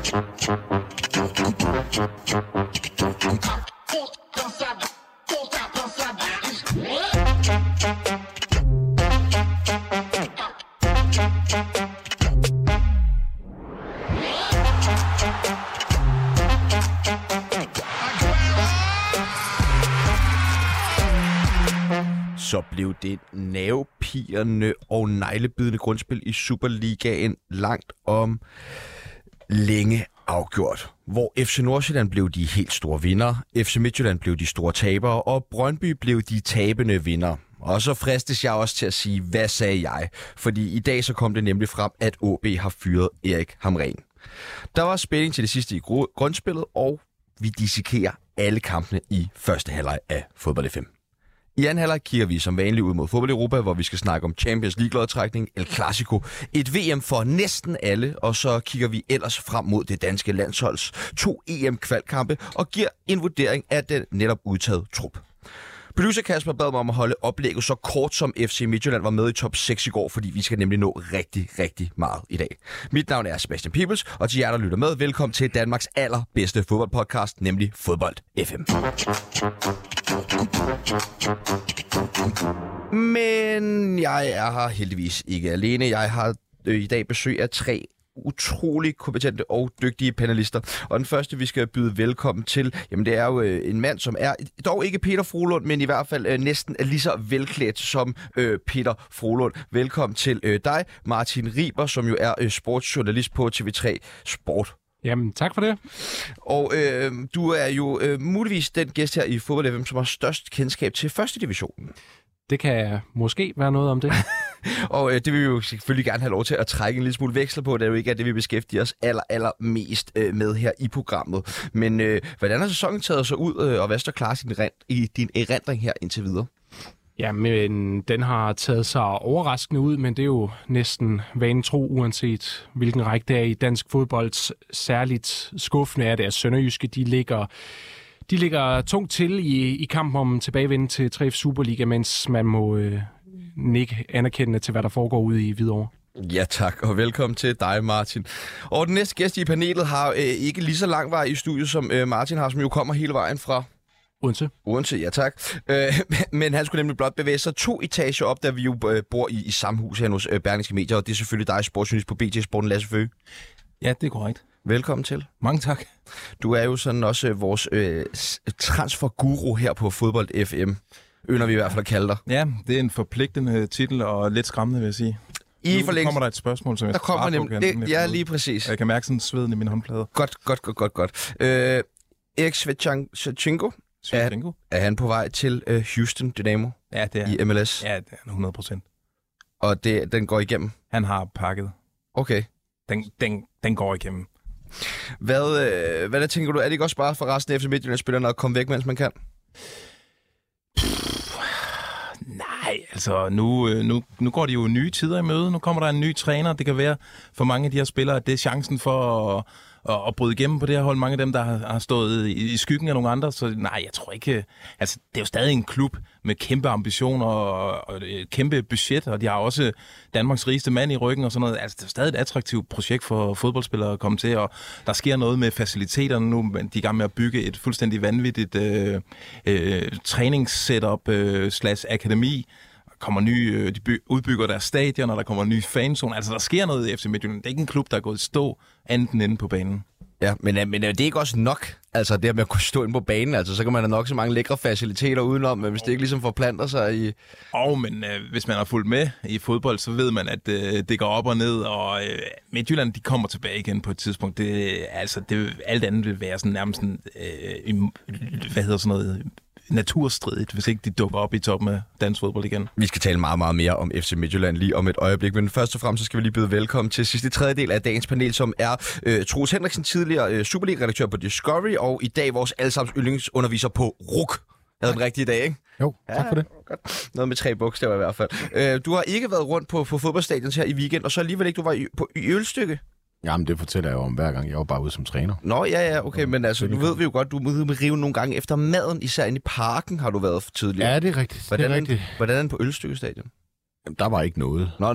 Så blev det nervepirrende og neglebidende grundspil i Superligaen langt om længe afgjort. Hvor FC Nordsjælland blev de helt store vinder, FC Midtjylland blev de store tabere, og Brøndby blev de tabende vinder. Og så fristes jeg også til at sige, hvad sagde jeg? Fordi i dag så kom det nemlig frem, at AaB har fyret Erik Hamrén. Der var spænding til det sidste i grundspillet, og vi dissekerer alle kampene i første halvleg af Fodbold FM. I anden halvleg kigger vi som vanligt ud mod Fodbold Europa, hvor vi skal snakke om Champions League-lodtrækning, El Clasico, et VM for næsten alle, og så kigger vi ellers frem mod det danske landsholds 2 EM-kvalkampe og giver en vurdering af den netop udtaget trup. Producer Kasper bad mig om at holde oplægget så kort, som FC Midtjylland var med i top 6 i går, fordi vi skal nemlig nå rigtig, rigtig meget i dag. Mit navn er Sebastian Peebles, og til jer, der lytter med, velkommen til Danmarks allerbedste fodboldpodcast, nemlig Fodbold FM. Men jeg er her heldigvis ikke alene. Jeg har i dag besøg af 3 utrolig kompetente og dygtige panelister. Og den første, vi skal byde velkommen til, jamen det er jo en mand, som er dog ikke Peter Frohlund, men i hvert fald næsten lige så velklædt som Peter Frohlund. Velkommen til dig, Martin Riber, som jo er sportsjournalist på TV3 Sport. Jamen, tak for det. Og du er jo muligvis den gæst her i Fodbold FM, som har størst kendskab til første divisionen. Det kan måske være noget om det. Og det vil vi jo selvfølgelig gerne have lov til at trække en lille smule veksler på. Det er jo ikke det, vi beskæftiger os allermest med her i programmet. Men hvordan har sæsonen taget sig ud, og hvad står klar i din erindring her indtil videre? Ja, men den har taget sig overraskende ud, men det er jo næsten vanen tro, uanset hvilken række det er i dansk fodbold. Særligt skuffende er det, at Sønderjyske, de ligger tungt til i kampen om tilbagevenden til 3F Superliga, mens man må nikke anerkendende til, hvad der foregår ude i Hvidovre. Ja tak, og velkommen til dig, Martin. Og den næste gæst i panelet har ikke lige så lang vej i studiet, som Martin har, som jo kommer hele vejen fra Odense, ja tak. Men han skulle nemlig blot bevæge sig 2 etager op, da vi jo bor i samme hus her hos Berlingske Medier, og det er selvfølgelig dig, sportsjournalist på BT Sporten, Lasse Føge. Ja, det er korrekt. Velkommen til. Mange tak. Du er jo sådan også vores transferguru her på Fodbold FM. Ønsker vi i hvert fald at kalde dig. Ja, det er en forpligtende titel og lidt skræmmende, vil jeg sige. Nu kommer der et spørgsmål, som jeg skal svare på. Ja, lige præcis. Jeg kan mærke sådan sveden i min håndplade. Godt. Erik Shevchenko. Er han på vej til Houston Dynamo? Ja, det er i MLS? Ja, det er 100%. Og den går igennem? Han har pakket. Okay. Den går igennem. Hvad der tænker du? Er det ikke også bare for resten af FC Midtjylland-spillerne at komme væk, mens man kan? Nej, altså nu går de jo nye tider i møde. Nu kommer der en ny træner. Det kan være for mange af de her spillere, at det er chancen for at bryde igennem på det her hold. Mange af dem, der har stået i skyggen af nogle andre. Så nej, jeg tror ikke. Altså, det er jo stadig en klub med kæmpe ambitioner og et kæmpe budget, og de har også Danmarks rigeste mand i ryggen og sådan noget. Altså, det er stadig et attraktivt projekt for fodboldspillere at komme til, og der sker noget med faciliteterne nu. De er i gang med at bygge et fuldstændig vanvittigt træningssetup / akademi. Kommer de udbygger deres stadion, og der kommer nye fanzone. Altså, der sker noget i FC Midtjylland. Det er ikke en klub, der er gået i stå anden inde på banen. Ja, men det er ikke også nok, altså det med at kunne stå inde på banen, altså så kan man have nok så mange lækre faciliteter udenom, men hvis det ikke ligesom forplanter sig i... Men hvis man har fulgt med i fodbold, så ved man, at det går op og ned, og Midtjylland, de kommer tilbage igen på et tidspunkt. Alt andet vil være sådan nærmest naturstridigt, hvis ikke de dukker op i toppen af dansk fodbold igen. Vi skal tale meget, meget mere om FC Midtjylland lige om et øjeblik, men først og fremmest så skal vi lige byde velkommen til sidste tredjedel af dagens panel, som er Troels Henriksen, tidligere Superliga-redaktør på Discovery, og i dag vores allesammens yndlingsunderviser på RUK. Jeg havde den rigtige dag, ikke? Jo, tak for det. Godt. Noget med 3 bogstaver i hvert fald. Du har ikke været rundt på fodboldstadion her i weekend, og så alligevel ikke, du var på Ølstykke. Jamen, det fortæller jeg jo om hver gang. Jeg var bare ude som træner. Nå, ja, okay, men altså, nu ved vi jo godt, du må rive nogle gange efter maden, især inde i parken har du været tidligere. Ja, det er rigtigt. Hvordan er den på Ølstykke stadion? Der var ikke noget. Nå.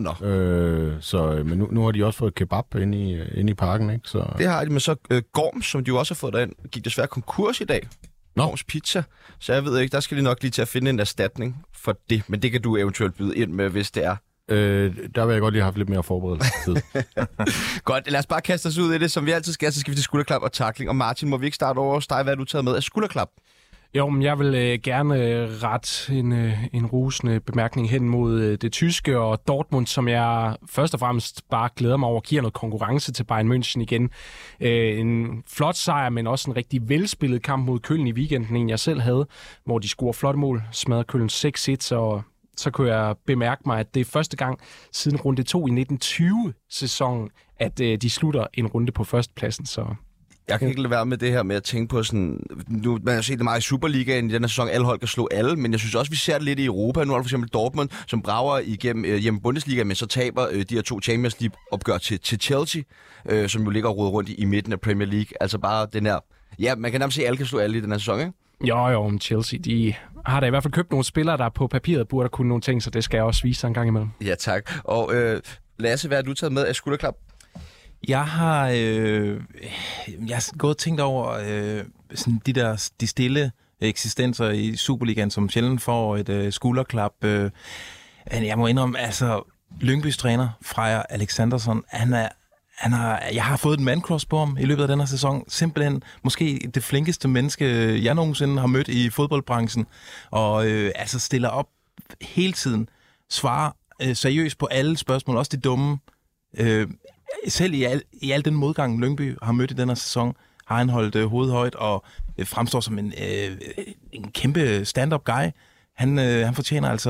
Men nu har de også fået kebab inde i parken, ikke? Så... Det har de, men så Gorm, som de jo også har fået derind, gik desværre konkurs i dag. Gorms Pizza. Så jeg ved ikke, der skal de nok lige til at finde en erstatning for det. Men det kan du eventuelt byde ind med, hvis det er. Der vil jeg godt lige have haft lidt mere forberedelsestid. Godt, lad os bare kaste os ud i det. Som vi altid skal, så skal vi til skulderklap og tackling. Og Martin, må vi ikke starte over hos dig? Hvad har du taget med af skulderklap? Jo, men jeg vil gerne rette en rusende bemærkning hen mod det tyske og Dortmund, som jeg først og fremmest bare glæder mig over, giver noget konkurrence til Bayern München igen. En flot sejr, men også en rigtig velspillet kamp mod Köln i weekenden, en jeg selv havde, hvor de scorer flotte mål, smadrer Köln 6-1, så kunne jeg bemærke mig, at det er første gang siden runde 2 i 1920-sæsonen, at de slutter en runde på førstepladsen, så... Jeg kan ikke lade være med det her med at tænke på sådan... Nu, man har set det meget i Superligaen i den her sæson. Alle hold kan slå alle, men jeg synes også, vi ser det lidt i Europa. Nu er der for eksempel Dortmund, som brager igennem hjemme Bundesliga, men så taber de her 2 Champions League-opgør til Chelsea, som jo ligger og roder rundt i midten af Premier League. Altså bare den her... Ja, man kan nærmest se, at alle kan slå alle i den her sæson, ikke? Jo, men Chelsea, de har da i hvert fald købt nogle spillere, der på papiret burde kunne nogle ting, så det skal jeg også vise sig en gang imellem. Ja, tak. Og Lasse, hvad har du taget med af skulderklap? Jeg har gået og tænkt over sådan de stille eksistenser i Superligaen, som sjældent får et skulderklap. Jeg må indrømme, altså Lyngbys træner, Freja Alexandersson, jeg har fået et man-cross på ham i løbet af den her sæson. Simpelthen måske det flinkeste menneske, jeg nogensinde har mødt i fodboldbranchen. Og altså stiller op hele tiden, svarer seriøst på alle spørgsmål, også de dumme. Selv i al den modgang, Lyngby har mødt i den her sæson, har han holdt hovedet højt og fremstår som en kæmpe stand-up guy. Han fortjener altså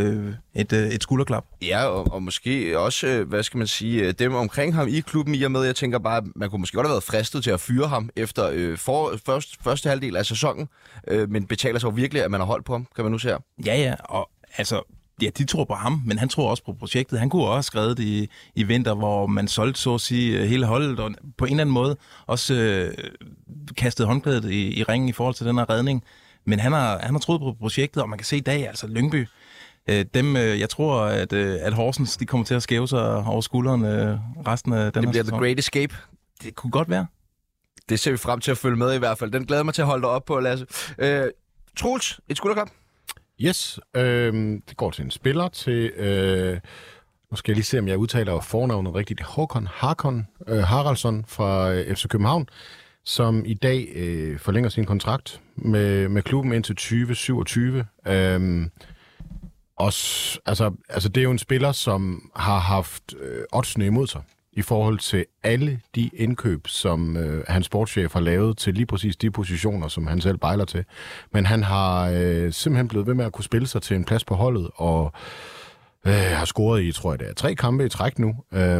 et skulderklap. Ja, og måske også, hvad skal man sige, dem omkring ham i klubben, i og med, jeg tænker bare, man kunne måske godt have været fristet til at fyre ham efter første halvdel af sæsonen, men betaler sig jo virkelig, at man har holdt på ham, kan man nu se her. Ja, og altså... Ja, de tror på ham, men han tror også på projektet. Han kunne også have skrevet det i vinter, hvor man solgte, så at sige, hele holdet, og på en eller anden måde også kastet håndklædet i ringen i forhold til den her redning. Men han har troet på projektet, og man kan se i dag, altså Lyngby, jeg tror, at Horsens, de kommer til at skæve sig over skulderen resten af den her sæson. Det bliver The Great Escape. Det kunne godt være. Det ser vi frem til at følge med i hvert fald. Den glæder mig til at holde dig op på, Lasse. Troels, et skulderklap? Yes, det går til en spiller, til... nu skal jeg lige se, om jeg udtaler fornavnet rigtigt. Håkon Haraldsson fra FC København, som i dag forlænger sin kontrakt med klubben indtil 2027. Det er jo en spiller, som har haft oddsene imod sig i forhold til alle de indkøb, som hans sportschef har lavet til lige præcis de positioner, som han selv bejler til. Men han har simpelthen blevet ved med at kunne spille sig til en plads på holdet, og har scoret i, tror jeg det er, 3 kampe i træk nu.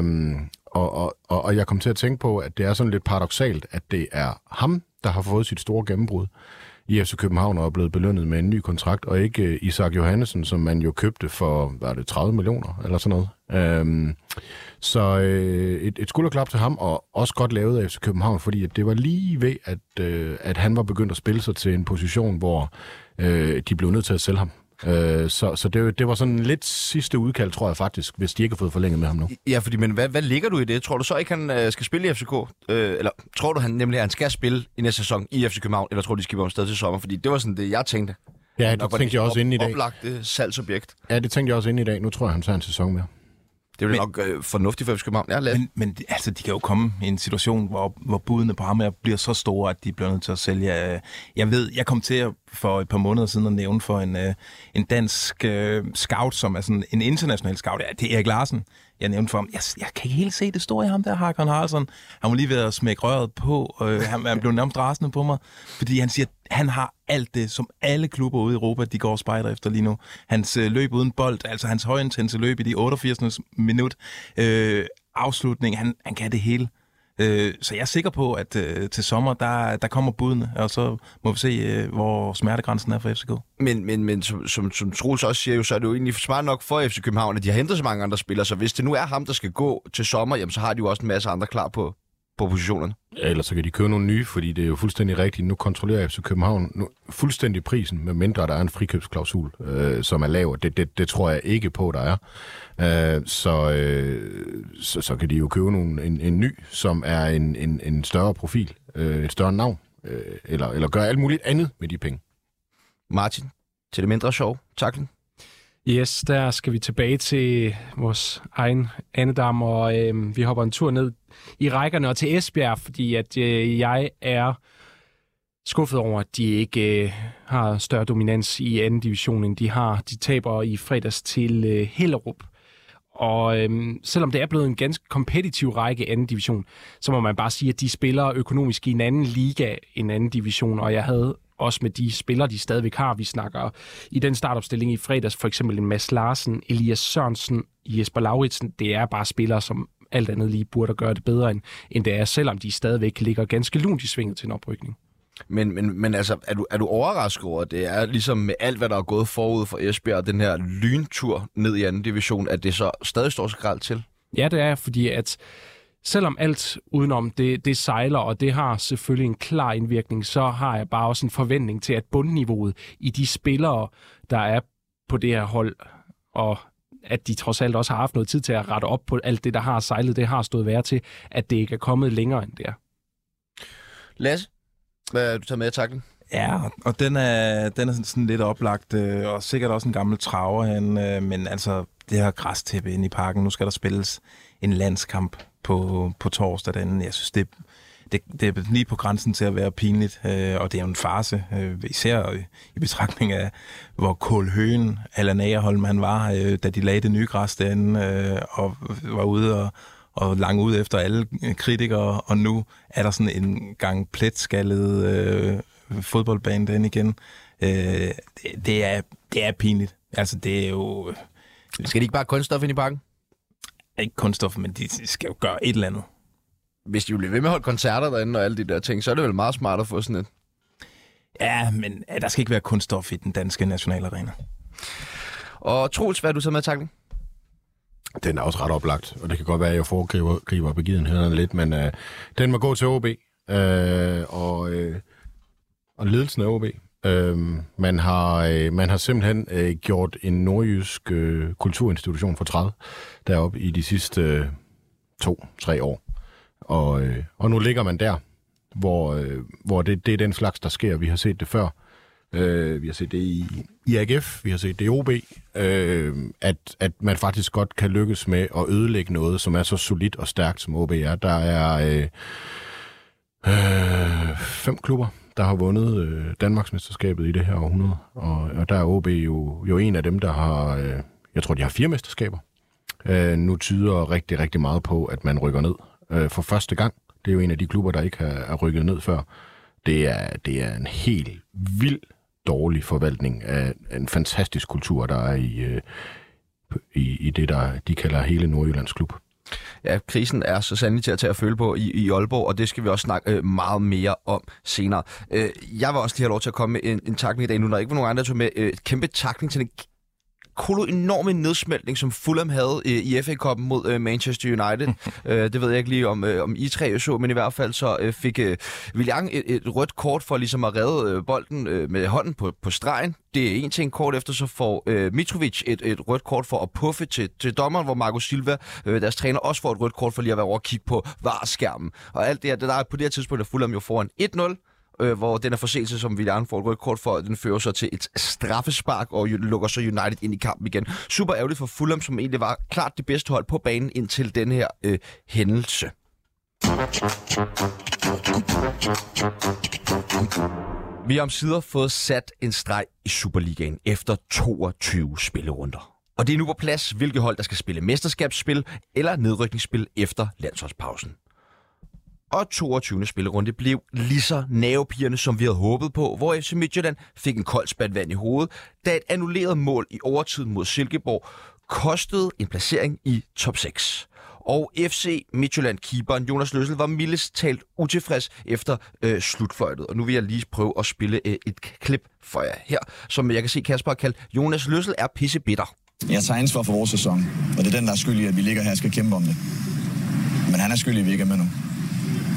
Og jeg kom til at tænke på, at det er sådan lidt paradoksalt, at det er ham, der har fået sit store gennembrud i FC København og er blevet belønnet med en ny kontrakt, og ikke Isak Johannesen, som man jo købte for, 30 millioner eller sådan noget. Så et skulderklap til ham, og også godt lavet af FC København, fordi at det var lige ved, at han var begyndt at spille sig til en position, hvor de blev nødt til at sælge ham. Så det var sådan lidt sidste udkald, tror jeg faktisk, hvis de ikke har fået forlænget med ham nu. Ja, fordi, men hvad ligger du i det? Tror du så ikke, han skal spille i FCK? Eller tror du nemlig, at han skal spille i næste sæson i FC København? Eller tror du, de skipper ham sted til sommer? Fordi det var sådan det, jeg tænkte. Ja, det tænkte jeg også inde i dag. Oplagte salgsobjekt. Ja, det tænkte jeg også inde i dag. Nu tror jeg, han tager en sæson mere. Det er nok fornuftigt for FC København. Ja, men altså, de kan jo komme i en situation, hvor budene på ham bliver så store, at de bliver nødt til at sælge. Jeg kom til for et par måneder siden at nævne for en dansk scout, som er sådan en international scout. Ja, det er Erik Larsen. Jeg nævnte for ham, jeg kan ikke helt se det store i ham der, Håkon Haraldsson. Han var lige ved at smække røret på, han blev nærmest rasende på mig, fordi han siger, at han har alt det, som alle klubber ude i Europa, de går og spejder efter lige nu. Hans løb uden bold, altså hans højintense løb i de 88. minut, afslutning, han kan det hele. Så jeg er sikker på, at til sommer, der kommer budene, og så må vi se, hvor smertegrænsen er for FCK. Men som Troels også siger, så er det jo egentlig smart nok for FC København, at de har hentet så mange andre spillere, så hvis det nu er ham, der skal gå til sommer, jamen, så har de jo også en masse andre klar på på positionerne. Ellers så kan de købe nogle nye, fordi det er jo fuldstændig rigtigt. Nu kontrollerer FC København fuldstændig prisen, med mindre der er en frikøbsklausul, som er lav. Det tror jeg ikke på, der er. Så kan de jo købe en ny, som er en større profil, et større navn, eller gøre alt muligt andet med de penge. Martin, til det mindre sjov, tackling. Yes, der skal vi tilbage til vores egen andedam, og vi hopper en tur ned i rækkerne og til Esbjerg, fordi at jeg er skuffet over, at de ikke har større dominans i anden division, end de har. De taber i fredags til Hellerup. Og selvom det er blevet en ganske kompetitiv række anden division, så må man bare sige, at de spiller økonomisk i en anden liga end anden division, og jeg havde også med de spillere, de stadigvæk har. Vi snakker i den startopstilling i fredags, for eksempel en Mads Larsen, Elias Sørensen, Jesper Lauritsen. Det er bare spillere, som alt andet lige burde gøre det bedre, end det er, selvom de stadigvæk ligger ganske lunt i svinget til en oprykning. Men altså, er du overrasket over, at det er ligesom med alt, hvad der er gået forud for Esbjerg, den her lyntur ned i anden division, at det så stadig står så grelt til? Ja, det er, fordi at selvom alt udenom det sejler, og det har selvfølgelig en klar indvirkning, så har jeg bare også en forventning til, at bundniveauet i de spillere, der er på det her hold, og at de trods alt også har haft noget tid til at rette op på alt det, der har sejlet, det har stået værre til, at det ikke er kommet længere end det er. Lasse, hvad er du taget med at tackle? Ja, og den er sådan lidt oplagt, og sikkert også en gammel traver, men altså det her græstæppe inde i parken, nu skal der spilles en landskamp på torsdag den. Jeg synes, det er lige på grænsen til at være pinligt, og det er jo en farce, især i betragtning af, hvor Kålhøen, Allan Agerholm, han var, da de lagde det nye græs derinde, og var ude og langt ud efter alle kritikere, og nu er der sådan en gang pletskaldet fodboldbane derinde igen. Det er pinligt. Altså, det er jo... Skal de ikke bare kunststof ind i parken? Ikke kunststof, men de skal jo gøre et eller andet. Hvis de jo bliver ved med at holde koncerter derinde og alle de der ting, så er det vel meget smart at få sådan et. Ja, men der skal ikke være kunststof i den danske nationalarena. Og Troels, hvad er du så med at tackle? Den er også ret oplagt, og det kan godt være, at jeg foregriber begivenhederne lidt, men den må gå til OB og ledelsen af OB. Man har simpelthen gjort en nordjysk kulturinstitution for 30 deroppe i de sidste 2-3 år. Og nu ligger man der, hvor det er den slags, der sker. Vi har set det før. Vi har set det i AGF, vi har set det i OB, at man faktisk godt kan lykkes med at ødelægge noget, som er så solidt og stærkt, som OB er. Der er 5 klubber, der har vundet Danmarksmesterskabet i det her århundrede, og der er OB jo en af dem, der har, jeg tror, de har 4 mesterskaber. Nu tyder rigtig, rigtig meget på, at man rykker ned for første gang. Det er jo en af de klubber, der ikke er rykket ned før. Det er en helt vild dårlig forvaltning af en fantastisk kultur, der er i det, de kalder hele Nordjyllands klub. Ja, krisen er så sandelig til at tage at føle på i Aalborg, og det skal vi også snakke meget mere om senere. Jeg vil også lige have lov til at komme med en tackling i dag, nu der ikke var nogen andre, der tog med kæmpe tackling til den enorme nedsmeltning, som Fulham havde i FA-cupen mod Manchester United. Det ved jeg ikke lige om I tre så, men i hvert fald så fik Willian et rødt kort for ligesom at redde bolden med hånden på stregen. Det er en ting. Kort efter så får Mitrovic et rødt kort for at puffe til dommeren, hvor Marco Silva, deres træner, også får et rødt kort for lige at være over og kigge på VAR-skærmen. Og alt det der er på det her tidspunkt, er Fulham jo foran 1-0. Hvor den er forseelse, som Willian får et rødt kort for, den fører så til et straffespark og lukker så United ind i kampen igen. Super ærgerligt for Fulham, som egentlig var klart det bedste hold på banen indtil den her hændelse. Vi har omsider fået sat en streg i Superligaen efter 22 spillerunder. Og det er nu på plads, hvilke hold, der skal spille mesterskabsspil eller nedrykningsspil efter landsholdspausen. Og 22. spillerunde blev lige så nervepirrende, som vi havde håbet på, hvor FC Midtjylland fik en kold spand vand i hovedet, da et annulleret mål i overtiden mod Silkeborg kostede en placering i top 6. Og FC Midtjylland-keeperen Jonas Løssel var mildest talt utilfreds efter slutfløjtet. Og nu vil jeg lige prøve at spille et klip for jer her, som jeg kan se Kasper har kaldt Jonas Løssel er pissebitter. Jeg tager ansvar for vores sæson, og det er den, der er skyld i, at vi ligger her og skal kæmpe om det. Men han er skyldig, at vi ikke er med nu.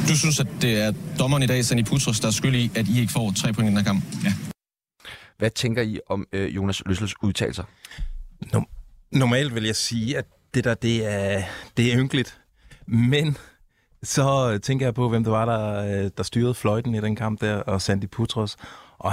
Du synes, at det er dommeren i dag, Sandy Putros, der er skyld i, at I ikke får 3 point i den her kamp? Ja. Hvad tænker I om Jonas Løssels udtalelser? Normalt vil jeg sige, at det er ynkeligt. Men så tænker jeg på, hvem det var, der styrede fløjten i den kamp der, og Sandy Putros. Og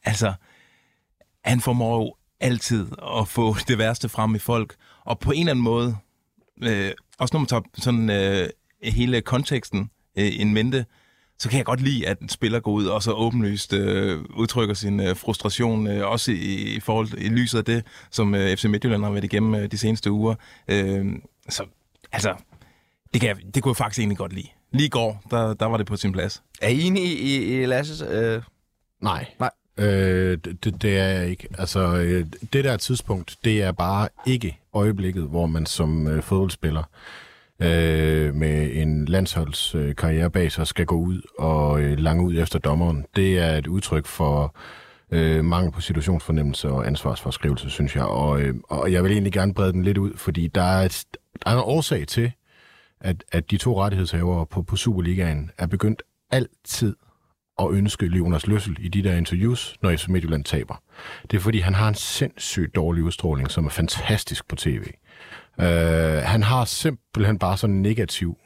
han formår jo altid at få det værste frem i folk. Og på en eller anden måde, også når man tager sådan hele konteksten in mente, så kan jeg godt lide, at en spiller går ud og så åbenlyst udtrykker sin frustration, også i forhold i lyset af det, som FC Midtjylland har været igennem de seneste uger. Så altså, det kunne jeg faktisk egentlig godt lide. Lige i går, der var det på sin plads. Er I enige i Lasses? Nej. Det er jeg ikke. Altså, det der tidspunkt, det er bare ikke øjeblikket, hvor man som fodboldspiller med en landsholdskarriere bag sig skal gå ud og lange ud efter dommeren. Det er et udtryk for mangel på situationsfornemmelse og ansvarsforskrivelse, synes jeg. Og jeg vil egentlig gerne brede den lidt ud, fordi der er en årsag til, at de 2 rettighedshavere på Superligaen er begyndt altid at ønske Jonas Løssel i de der interviews, når FC Midtjylland taber. Det er, fordi han har en sindssygt dårlig udstråling, som er fantastisk på tv. Han har simpelthen bare sådan en negativ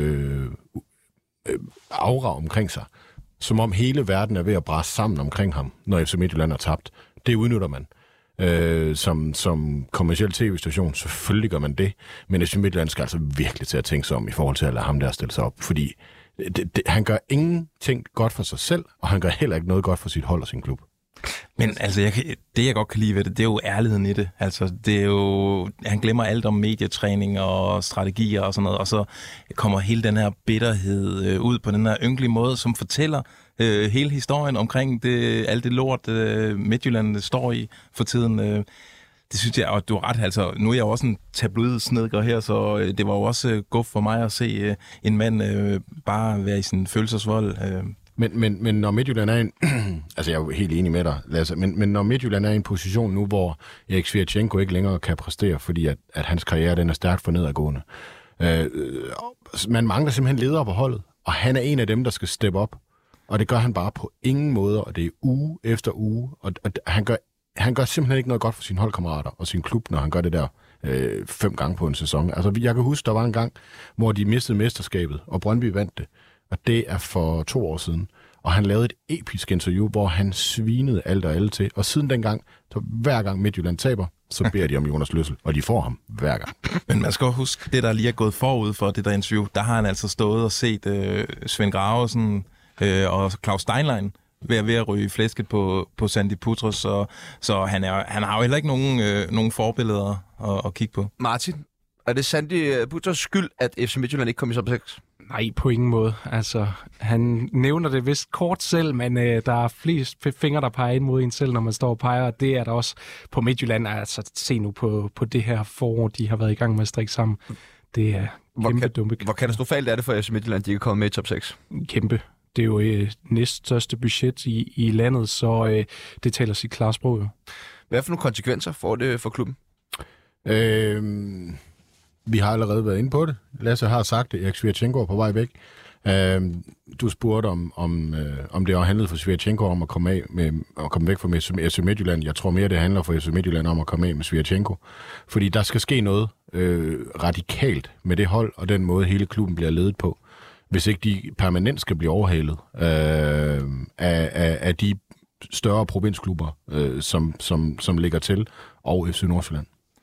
aura omkring sig, som om hele verden er ved at brase sammen omkring ham, når FC Midtjylland har tabt. Det udnytter man. Som kommerciel tv-station, selvfølgelig gør man det, men FC Midtjylland skal altså virkelig til at tænke sig om i forhold til at lade ham der stille sig op, fordi han gør ingenting godt for sig selv, og han gør heller ikke noget godt for sit hold og sin klub. Men altså, det jeg godt kan lide ved det er jo ærligheden i det. Altså, det er jo, han glemmer alt om medietræning og strategier og sådan noget, og så kommer hele den her bitterhed ud på den her ynkelige måde, som fortæller hele historien omkring alt det lort, Midtjylland står i for tiden. Det synes jeg, og du har ret, altså, nu er jeg jo også en tabloidsnedker her, så det var jo også guf for mig at se en mand bare være i sin følelsesvold. Men når Midtjylland er en... altså, jeg er jo helt enig med dig, Lasse, men når Midtjylland er i en position nu, hvor Erik Sviatchenko ikke længere kan præstere, fordi at hans karriere den er stærkt for nedadgående. Man mangler simpelthen ledere på holdet, og han er en af dem, der skal steppe op. Og det gør han bare på ingen måder, og det er uge efter uge, og han gør simpelthen ikke noget godt for sine holdkammerater og sin klub, når han gør det der 5 gange på en sæson. Altså, jeg kan huske, der var en gang, hvor de mistede mesterskabet, og Brøndby vandt det. Og det er for 2 år siden. Og han lavede et episk interview, hvor han svinede alt og alle til. Og siden dengang, så hver gang Midtjylland taber, så beder de om Jonas Løssel, og de får ham hver gang. Men man skal også huske, det der lige er gået forud for det der interview, der har han altså stået og set Svend Gravesen og Claus Steinlein ved at ryge flæsket på Sandy Putros, så han har jo heller ikke nogen forbilleder at kigge på. Martin, er det Sandy Putros skyld, at FC Midtjylland ikke kom i top 6? Nej, på ingen måde. Altså, han nævner det vist kort selv, men der er flest fingre, der peger ind mod en selv, når man står og peger, og det er der også på Midtjylland. Altså, se nu på det her forår, de har været i gang med at strikke sammen. Det er kæmpe dumme. Hvor katastrofalt er det for FC Midtjylland, de ikke er kommet med i top 6? Kæmpe. Det er jo næststørste budget i landet, så det taler sit klare sprog. Jo. Hvad for nogle konsekvenser får det for klubben? Vi har allerede været inde på det. Lasse har sagt det. Erik Sviatchenko er på vej væk. Du spurgte om det har handlet for Sviatchenko om at komme væk fra FC Midtjylland. Jeg tror mere, det handler for FC Midtjylland om at komme af med Sviatchenko. Fordi der skal ske noget radikalt med det hold, og den måde hele klubben bliver ledet på. Hvis ikke de permanent skal blive overhalet af de større provinsklubber, som ligger til, og FC Nordsjælland.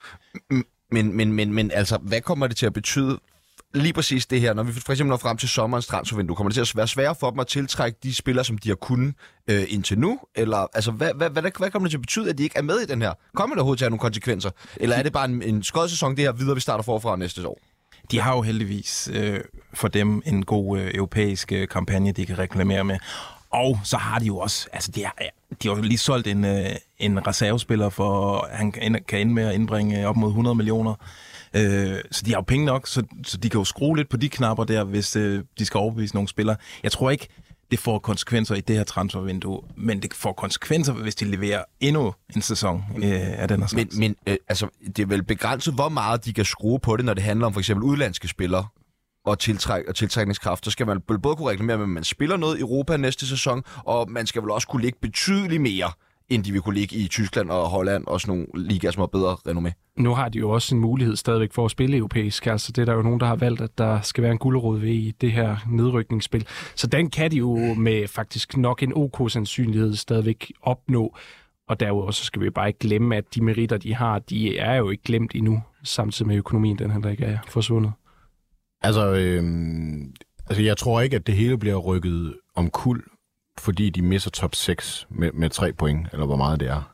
Men altså, hvad kommer det til at betyde lige præcis det her, når vi for eksempel når frem til sommerens transfervindue? Kommer det til at være sværere for dem at tiltrække de spillere, som de har kunnet indtil nu? Eller altså, hvad kommer det til at betyde, at de ikke er med i den her? Kommer der overhovedet til at have nogle konsekvenser? Eller er det bare en skød sæson, det her videre, vi starter forfra næste år? De har jo heldigvis for dem en god europæisk kampagne, de kan reklamere med. Og så har de jo også, altså de har jo lige solgt en reservespiller, for han kan ende med at indbringe op mod 100 millioner. Så de har jo penge nok, så de kan jo skrue lidt på de knapper der, hvis de skal overbevise nogle spillere. Jeg tror ikke, det får konsekvenser i det her transfervindue, men det får konsekvenser, hvis de leverer endnu en sæson af den her slags. Men altså, det er vel begrænset, hvor meget de kan skrue på det, når det handler om for eksempel udlandske spillere. og tiltrækningskraft, så skal man både kunne reklamere med, at man spiller noget i Europa næste sæson, og man skal vel også kunne ligge betydeligt mere, end de vil kunne ligge i Tyskland og Holland, og sådan nogle ligaer, som har bedre renommé. Nu har de jo også en mulighed stadigvæk for at spille europæisk. Altså det er der jo nogen, der har valgt, at der skal være en gulerod ved i det her nedrykningsspil. Så den kan de jo med faktisk nok en OK-sandsynlighed stadigvæk opnå. Og derudover så skal vi bare ikke glemme, at de meritter, de har, de er jo ikke glemt endnu, samtidig med økonomien, den heller ikke er forsvundet. Altså, jeg tror ikke, at det hele bliver rykket omkuld, fordi de misser top 6 med 3 point, eller hvor meget det er.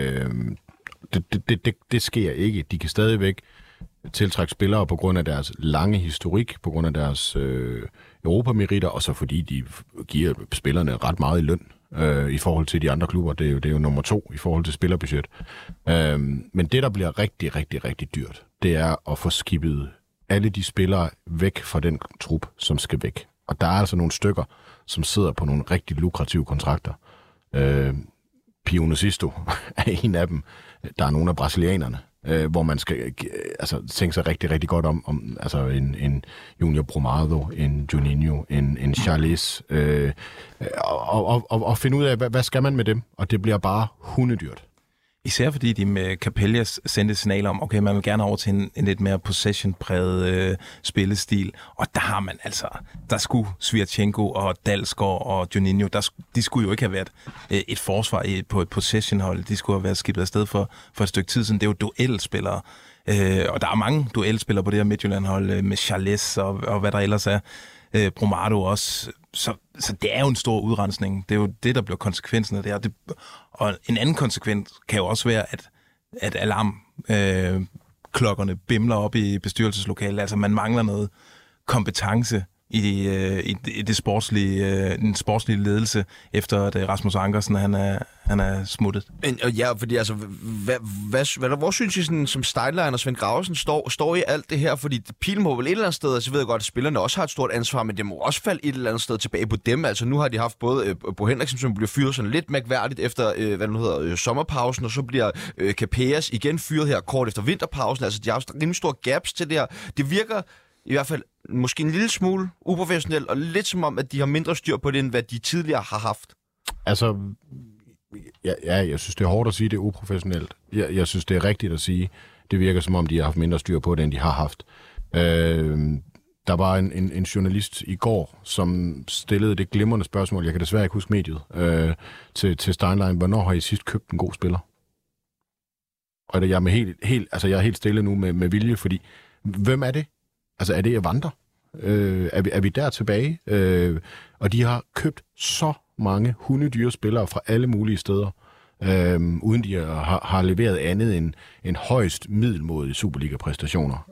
Det sker ikke. De kan stadigvæk tiltrække spillere på grund af deres lange historik, på grund af deres europameritter, og så fordi de giver spillerne ret meget i løn i forhold til de andre klubber. Det er jo nummer 2 i forhold til spillerbudget. Men det, der bliver rigtig, rigtig, rigtig dyrt, det er at få skibet alle de spillere væk fra den trup, som skal væk. Og der er altså nogle stykker, som sidder på nogle rigtig lukrative kontrakter. Pio Sisto er en af dem. Der er nogle af brasilianerne, hvor man skal tænke sig rigtig, rigtig godt om altså en Junior Brumado, en Juninho, en Charles, og finde ud af, hvad skal man med dem? Og det bliver bare hundedyrt. Især fordi de med Capellas sendte signaler om, okay, man vil gerne over til en lidt mere possession-præget spillestil. Og der har man altså, der skulle Svirchenko og Dalsgaard og Juninho, de skulle jo ikke have været et forsvar på et possession-hold. De skulle have været skibet afsted for et stykke tid siden. Det er jo duelspillere. Og der er mange duelspillere på det her Midtjylland-hold med Charles og hvad der ellers er. Brumado også. Så det er jo en stor udrensning. Det er jo det, der bliver konsekvensen af det her. Og en anden konsekvens kan jo også være, at alarmklokkerne bimler op i bestyrelseslokalet. Altså man mangler noget kompetence i det sportslige, den sportslige ledelse, efter at Rasmus Ankersen han er smuttet. Ja, fordi altså, hvor synes I sådan, som Steinlein og Svend Gravesen står i alt det her? Fordi pilen må vel et eller andet sted, altså jeg ved godt, at spillerne også har et stort ansvar, men det må også falde et eller andet sted tilbage på dem. Altså nu har de haft både Bo Henriksen, som bliver fyret sådan lidt mærkværdigt efter, sommerpausen, og så bliver Capellas igen fyret her kort efter vinterpausen. Altså de har haft rimelig store gaps til det her. Det virker i hvert fald måske en lille smule uprofessionelt, og lidt som om, at de har mindre styr på det, end hvad de tidligere har haft. Altså, jeg synes, det er hårdt at sige, det er uprofessionelt. Jeg synes, det er rigtigt at sige, det virker som om, de har haft mindre styr på det, end de har haft. Der var en journalist i går, som stillede det glimrende spørgsmål, jeg kan desværre ikke huske mediet, til Steinlein, hvornår har I sidst købt en god spiller? Og jeg er helt stille nu med vilje, fordi hvem er det? Altså, er det Evander? Er vi der tilbage? Og de har købt så mange hundedyre spillere fra alle mulige steder, uden de har leveret andet end højst middelmådige Superliga-præstationer.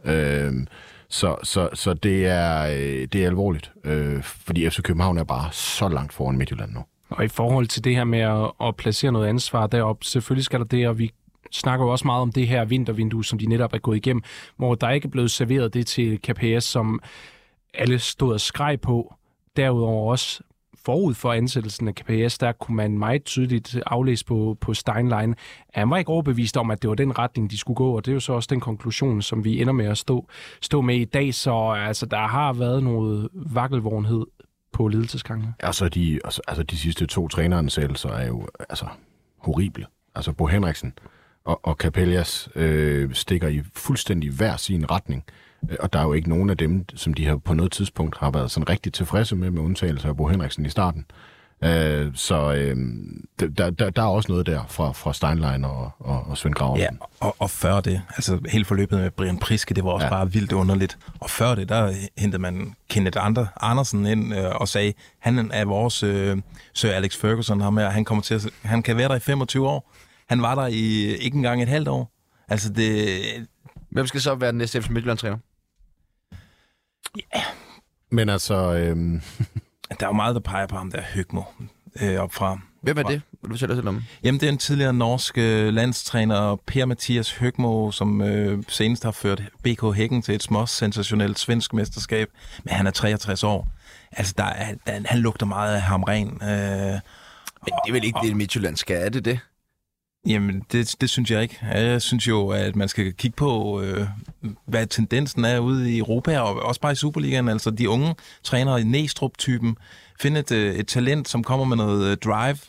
Så det er alvorligt, fordi FC København er bare så langt foran Midtjylland nu. Og i forhold til det her med at placere noget ansvar deroppe, selvfølgelig skal der det, og vi snakker jo også meget om det her vintervindue, som de netop er gået igennem, hvor der ikke er blevet serveret det til Capellas, som alle stod og skreg på. Derudover også forud for ansættelsen af Capellas, der kunne man meget tydeligt aflæse på Steinlein. Han var ikke overbevist om, at det var den retning, de skulle gå, og det er jo så også den konklusion, som vi ender med at stå med i dag. Så altså, der har været noget vakkelvorenhed på ledelsesgangene. Altså, de sidste 2 træneransættelser er jo horrible. Altså, Bo Henriksen og Capellas stikker i fuldstændig hver sin retning. Og der er jo ikke nogen af dem, som de har på noget tidspunkt har været sådan rigtig tilfredse med undtagelse af Bo Henriksen i starten. Der er også noget der fra Steinlein og Svend Gravesen. Ja, og før det, altså hele forløbet med Brian Priske, det var også bare vildt underligt. Og før det, der hentede man Kenneth Andersen ind og sagde, han er vores Sir Alex Ferguson, han kan være der i 25 år. Han var der i ikke engang et halvt år. Altså det... Hvem skal så være den næste FC Midtjylland-træner? Ja. Men altså... Der er jo meget, der peger på ham, der Høgmo opfra. Hvem er det? Vil du fortælle os lidt om? Jamen, det er en tidligere norsk landstræner, Per-Mathias Høgmo, som senest har ført BK Hækken til et småt sensationelt svensk mesterskab. Men han er 63 år. Altså, han lugter meget af ham ren. Men det er vel ikke det, Midtjylland skal, er det det? Jamen, det synes jeg ikke. Jeg synes jo, at man skal kigge på, hvad tendensen er ude i Europa, og også bare i Superligaen. Altså de unge trænere i Næstrup-typen. Finde et talent, som kommer med noget drive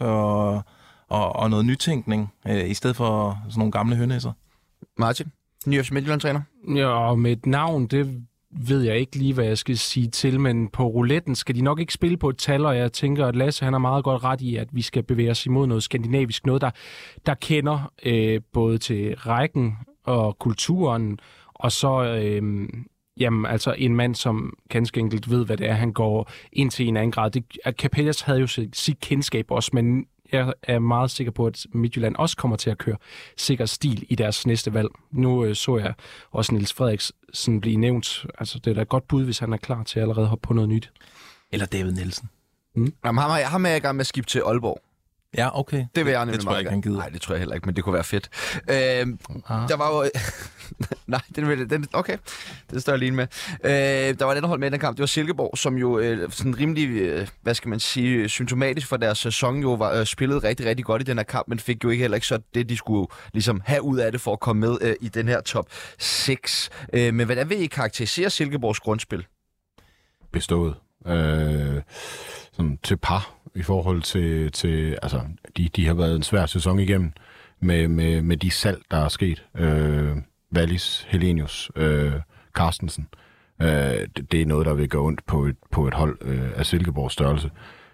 og noget nytænkning, i stedet for sådan nogle gamle hønæsser. Martin, ny FC Midtjylland-træner? Ja, og med et navn, det ved jeg ikke lige, hvad jeg skal sige til, men på rouletten skal de nok ikke spille på et tal, og jeg tænker, at Lasse han har meget godt ret i, at vi skal bevæge os imod noget skandinavisk, noget der kender både til rækken og kulturen, og så jamen, altså en mand, som ganske enkelt ved, hvad det er, han går ind til en anden grad. Capellas havde jo sit kendskab også, men jeg er meget sikker på, at Midtjylland også kommer til at køre sikker stil i deres næste valg. Nu så jeg også Niels Frederiksen blive nævnt. Altså, det er da et godt bud, hvis han er klar til at allerede hoppe på noget nyt. Eller David Nielsen. Jamen, ham er jeg i gang med at skifte til Aalborg. Ja, okay. Det vil jeg nemlig det tror jeg ikke, han gider. Nej, det tror jeg heller ikke, men det kunne være fedt. Der var jo... Nej, okay. Det står jeg lige med. Der var et andet hold med i den kamp. Det var Silkeborg, som jo sådan rimelig, hvad skal man sige, symptomatisk for deres sæson jo var spillet rigtig, rigtig godt i den her kamp, men fik jo ikke heller ikke så det, de skulle ligesom have ud af det for at komme med i den her top 6. Men hvordan vil I karakterisere Silkeborgs grundspil? Bestået. Sådan til par i forhold til altså, de har været en svær sæson igennem med de salg, der er sket. Wallis, Helenius, Carstensen. Det er noget, der vil gå ondt på et hold af Silkeborgs størrelse.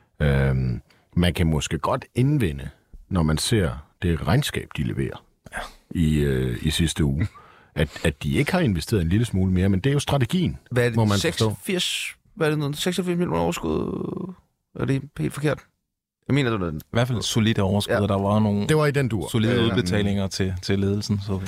Man kan måske godt indvende, når man ser det regnskab, de leverer i sidste uge, at de ikke har investeret en lille smule mere, men det er jo strategien, hvad er det, må man 86, hvad er det noget? 86 millioner overskud? Er det helt forkert? Jeg mener, det var i hvert fald solide overskud, ja. Der var nogle det var i den dur. Solide udbetalinger til ledelsen. Så.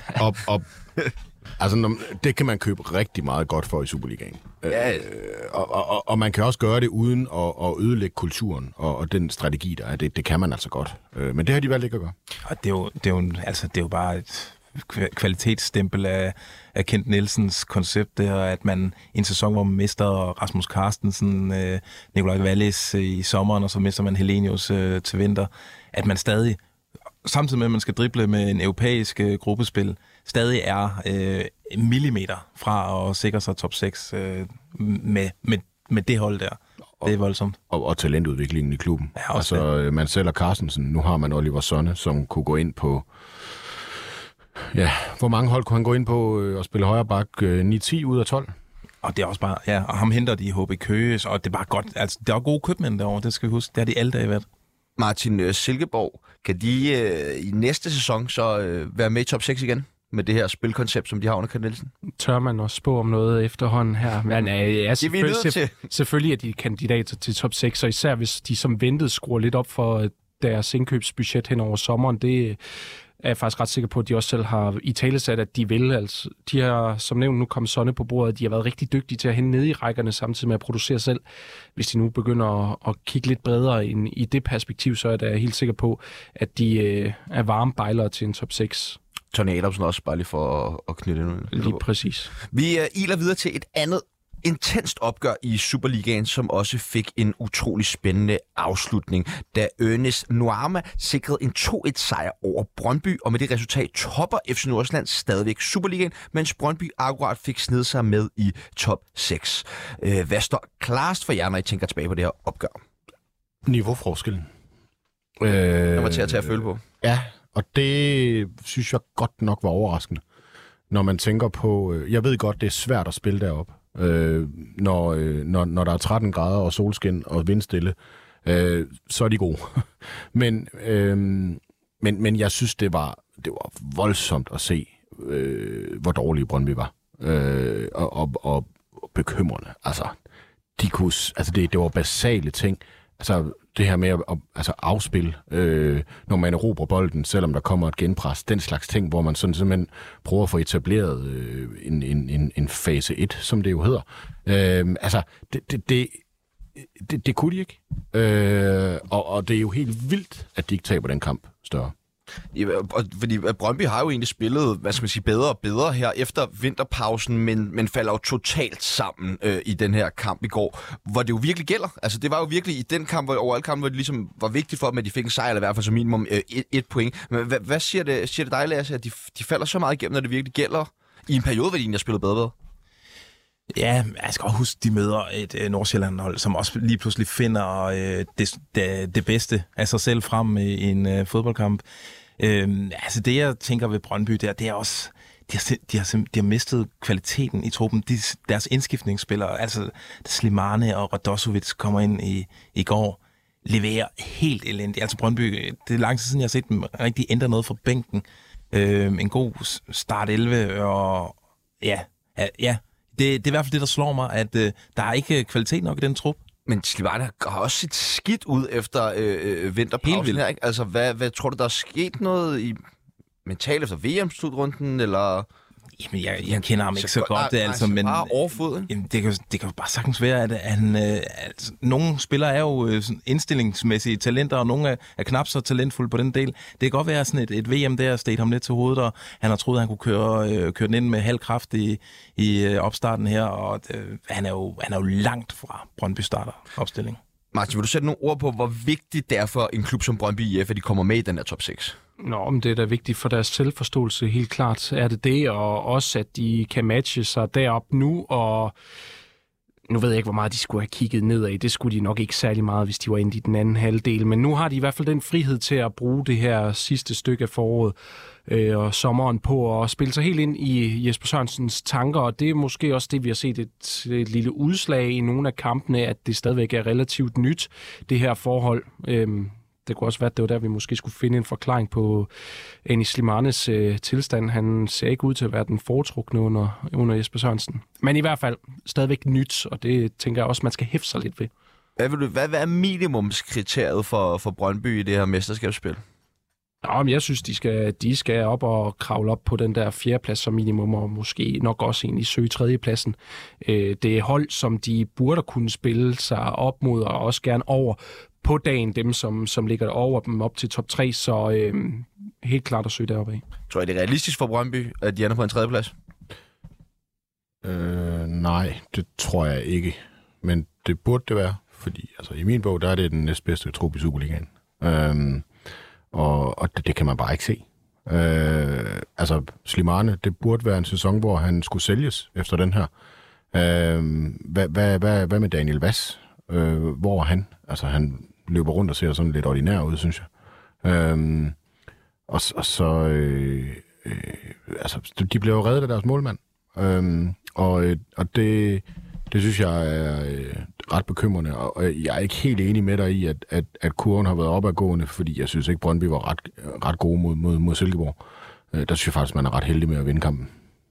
Altså, det kan man købe rigtig meget godt for i Superligaen. Ja. Og man kan også gøre det uden at ødelægge kulturen og den strategi, der er. Det kan man altså godt. Men det har de valgt ikke at gøre. Og det er jo bare et kvalitetsstempel af Kent Nielsens koncept, det er, at man i en sæson, hvor man mister Rasmus Carstensen, Nikolaj Wallis i sommeren, og så mister man Helenius til vinter, at man stadig, samtidig med at man skal drible med en europæisk gruppespil, stadig er millimeter fra at sikre sig top 6 med det hold der. Det er voldsomt. Og talentudviklingen i klubben. Ja, altså, man sælger Carstensen, nu har man Oliver Sonne, som kunne gå ind på... Ja, hvor mange hold kunne han gå ind på og spille højre bak? 9-10 ud af 12? Og det er også bare, ja, og ham henter de i HB Køge, og det er bare godt, altså der er gode købmænd derovre, det skal vi huske, det er de alle dage været. Martin, Silkeborg, kan de i næste sæson så være med i top 6 igen? Med det her spilkoncept, som de har under Kent Nielsen? Tør man også spå om noget efterhånden her? Men selvfølgelig er de kandidater til top 6, og især hvis de som ventet skruer lidt op for deres indkøbsbudget hen over sommeren, det er jeg faktisk ret sikker på, at de også selv har italesat, at de vil. Altså, de har, som nævnt, nu kommet Sonne på bordet. De har været rigtig dygtige til at hente ned i rækkerne, samtidig med at producere selv. Hvis de nu begynder at kigge lidt bredere ind i det perspektiv, så er jeg helt sikker på, at de er varme bejlere til en top 6. Tony Adamsen også, bare lige for at knytte endnu. Lige præcis. Vi iler videre til et andet intenst opgør i Superligaen, som også fik en utrolig spændende afslutning, da Ernest Nuama sikrede en 2-1-sejr over Brøndby, og med det resultat topper FC Nordsjælland stadigvæk Superligaen, mens Brøndby akkurat fik sned sig med i top 6. Hvad står klarest for jer, når I tænker tilbage på det her opgør? Niveauforskellen. Det var til at tage at føle på. Ja, og det synes jeg godt nok var overraskende, når man tænker på... Jeg ved godt, det er svært at spille deroppe. Når der er 13 grader og solskin og vindstille, så er de gode. men jeg synes, det var voldsomt at se, hvor dårlige Brøndby var. Og bekymrende. Altså, det var basale ting. Altså, det her med at afspille, når man erobrer bolden, selvom der kommer et genpres, den slags ting, hvor man sådan simpelthen prøver at få etableret en fase 1, som det jo hedder. Det kunne de ikke. Og det er jo helt vildt, at de ikke taber den kamp større. Ja, fordi Brøndby har jo egentlig spillet, hvad skal man sige, bedre og bedre her efter vinterpausen, men falder jo totalt sammen i den her kamp i går, hvor det jo virkelig gælder. Altså det var jo virkelig i den kamp, over alle kampe, hvor det ligesom var vigtigt for dem, at de fik en sejr, eller i hvert fald som minimum 1 point. Men hvad siger det dig, Lasse, at de falder så meget igennem, når det virkelig gælder i en periode, hvor de egentlig har spillet bedre? Ja, jeg skal også huske, de møder et Nordsjælland-hold, som også lige pludselig finder det bedste af sig selv frem i en fodboldkamp. Altså det, jeg tænker ved Brøndby, det er også, de har mistet kvaliteten i truppen. Deres indskiftningsspillere, altså Slimane og Radosovic kommer ind i går, leverer helt elendigt. Altså Brøndby, det er lang tid siden, jeg har set dem rigtig ændre noget fra bænken. En god start 11, og ja. Det er i hvert fald det, der slår mig, at der er ikke kvalitet nok i den trup. Men Slimane har også set skidt ud efter vinterpausen her, ikke? Altså, hvad tror du, der er sket noget i mentalt efter VM-slutrunden, eller... Jamen, jeg kender ham ikke så godt, altså, men... Bare overfod, ikke? Jamen, det kan jo bare sagtens være, at han... altså, nogle spillere er jo indstillingsmæssige talenter, og nogle er knap så talentfulde på den del. Det kan godt være sådan et VM, der steg ham lidt til hovedet, og han har troet, at han kunne køre den ind med halv kraft i opstarten her, og han er jo langt fra Brøndby starter opstilling. Martin, vil du sætte nogle ord på, hvor vigtigt det er for en klub som Brøndby IF, at de kommer med i den her top 6? Nå, men det er da vigtigt for deres selvforståelse, helt klart er det, og også at de kan matche sig derop nu, og nu ved jeg ikke, hvor meget de skulle have kigget nedad. Det skulle de nok ikke særlig meget, hvis de var inde i den anden halvdel, men nu har de i hvert fald den frihed til at bruge det her sidste stykke af foråret og sommeren på at spille sig helt ind i Jesper Sørensens tanker, og det er måske også det, vi har set et lille udslag i nogle af kampene, at det stadigvæk er relativt nyt, det her forhold. Det kunne også være, at det var der, vi måske skulle finde en forklaring på Anis Slimanes tilstand. Han ser ikke ud til at være den foretrukne under Jesper Sørensen. Men i hvert fald stadigvæk nyt, og det tænker jeg også, man skal hæfte sig lidt ved. Hvad er minimumskriteriet for Brøndby i det her mesterskabsspil? Nå, men jeg synes, de skal op og kravle op på den der 4. plads som minimum, og måske nok også egentlig søge 3. pladsen. Det er hold, som de burde kunne spille sig op mod, og også gerne over på dagen, dem som ligger over dem op til top 3, så helt klart at søge deroppe af. Tror I, det er realistisk for Brøndby, at de ender på en 3. plads? Nej, det tror jeg ikke. Men det burde det være, fordi altså, i min bog, der er det den næstbedste trup i Superligaen. Og det kan man bare ikke se. Altså, Slimane, det burde være en sæson, hvor han skulle sælges efter den her. Hvad med Daniel Vass? Hvor er han? Altså, han løber rundt og ser sådan lidt ordinær ud, synes jeg. Altså, de bliver jo reddet af deres målmand. Og det synes jeg er ret bekymrende, og jeg er ikke helt enig med dig i, at kurven har været opadgående, fordi jeg synes ikke, Brøndby var ret gode mod Silkeborg. Der synes jeg faktisk, man er ret heldig med at vinde kampen.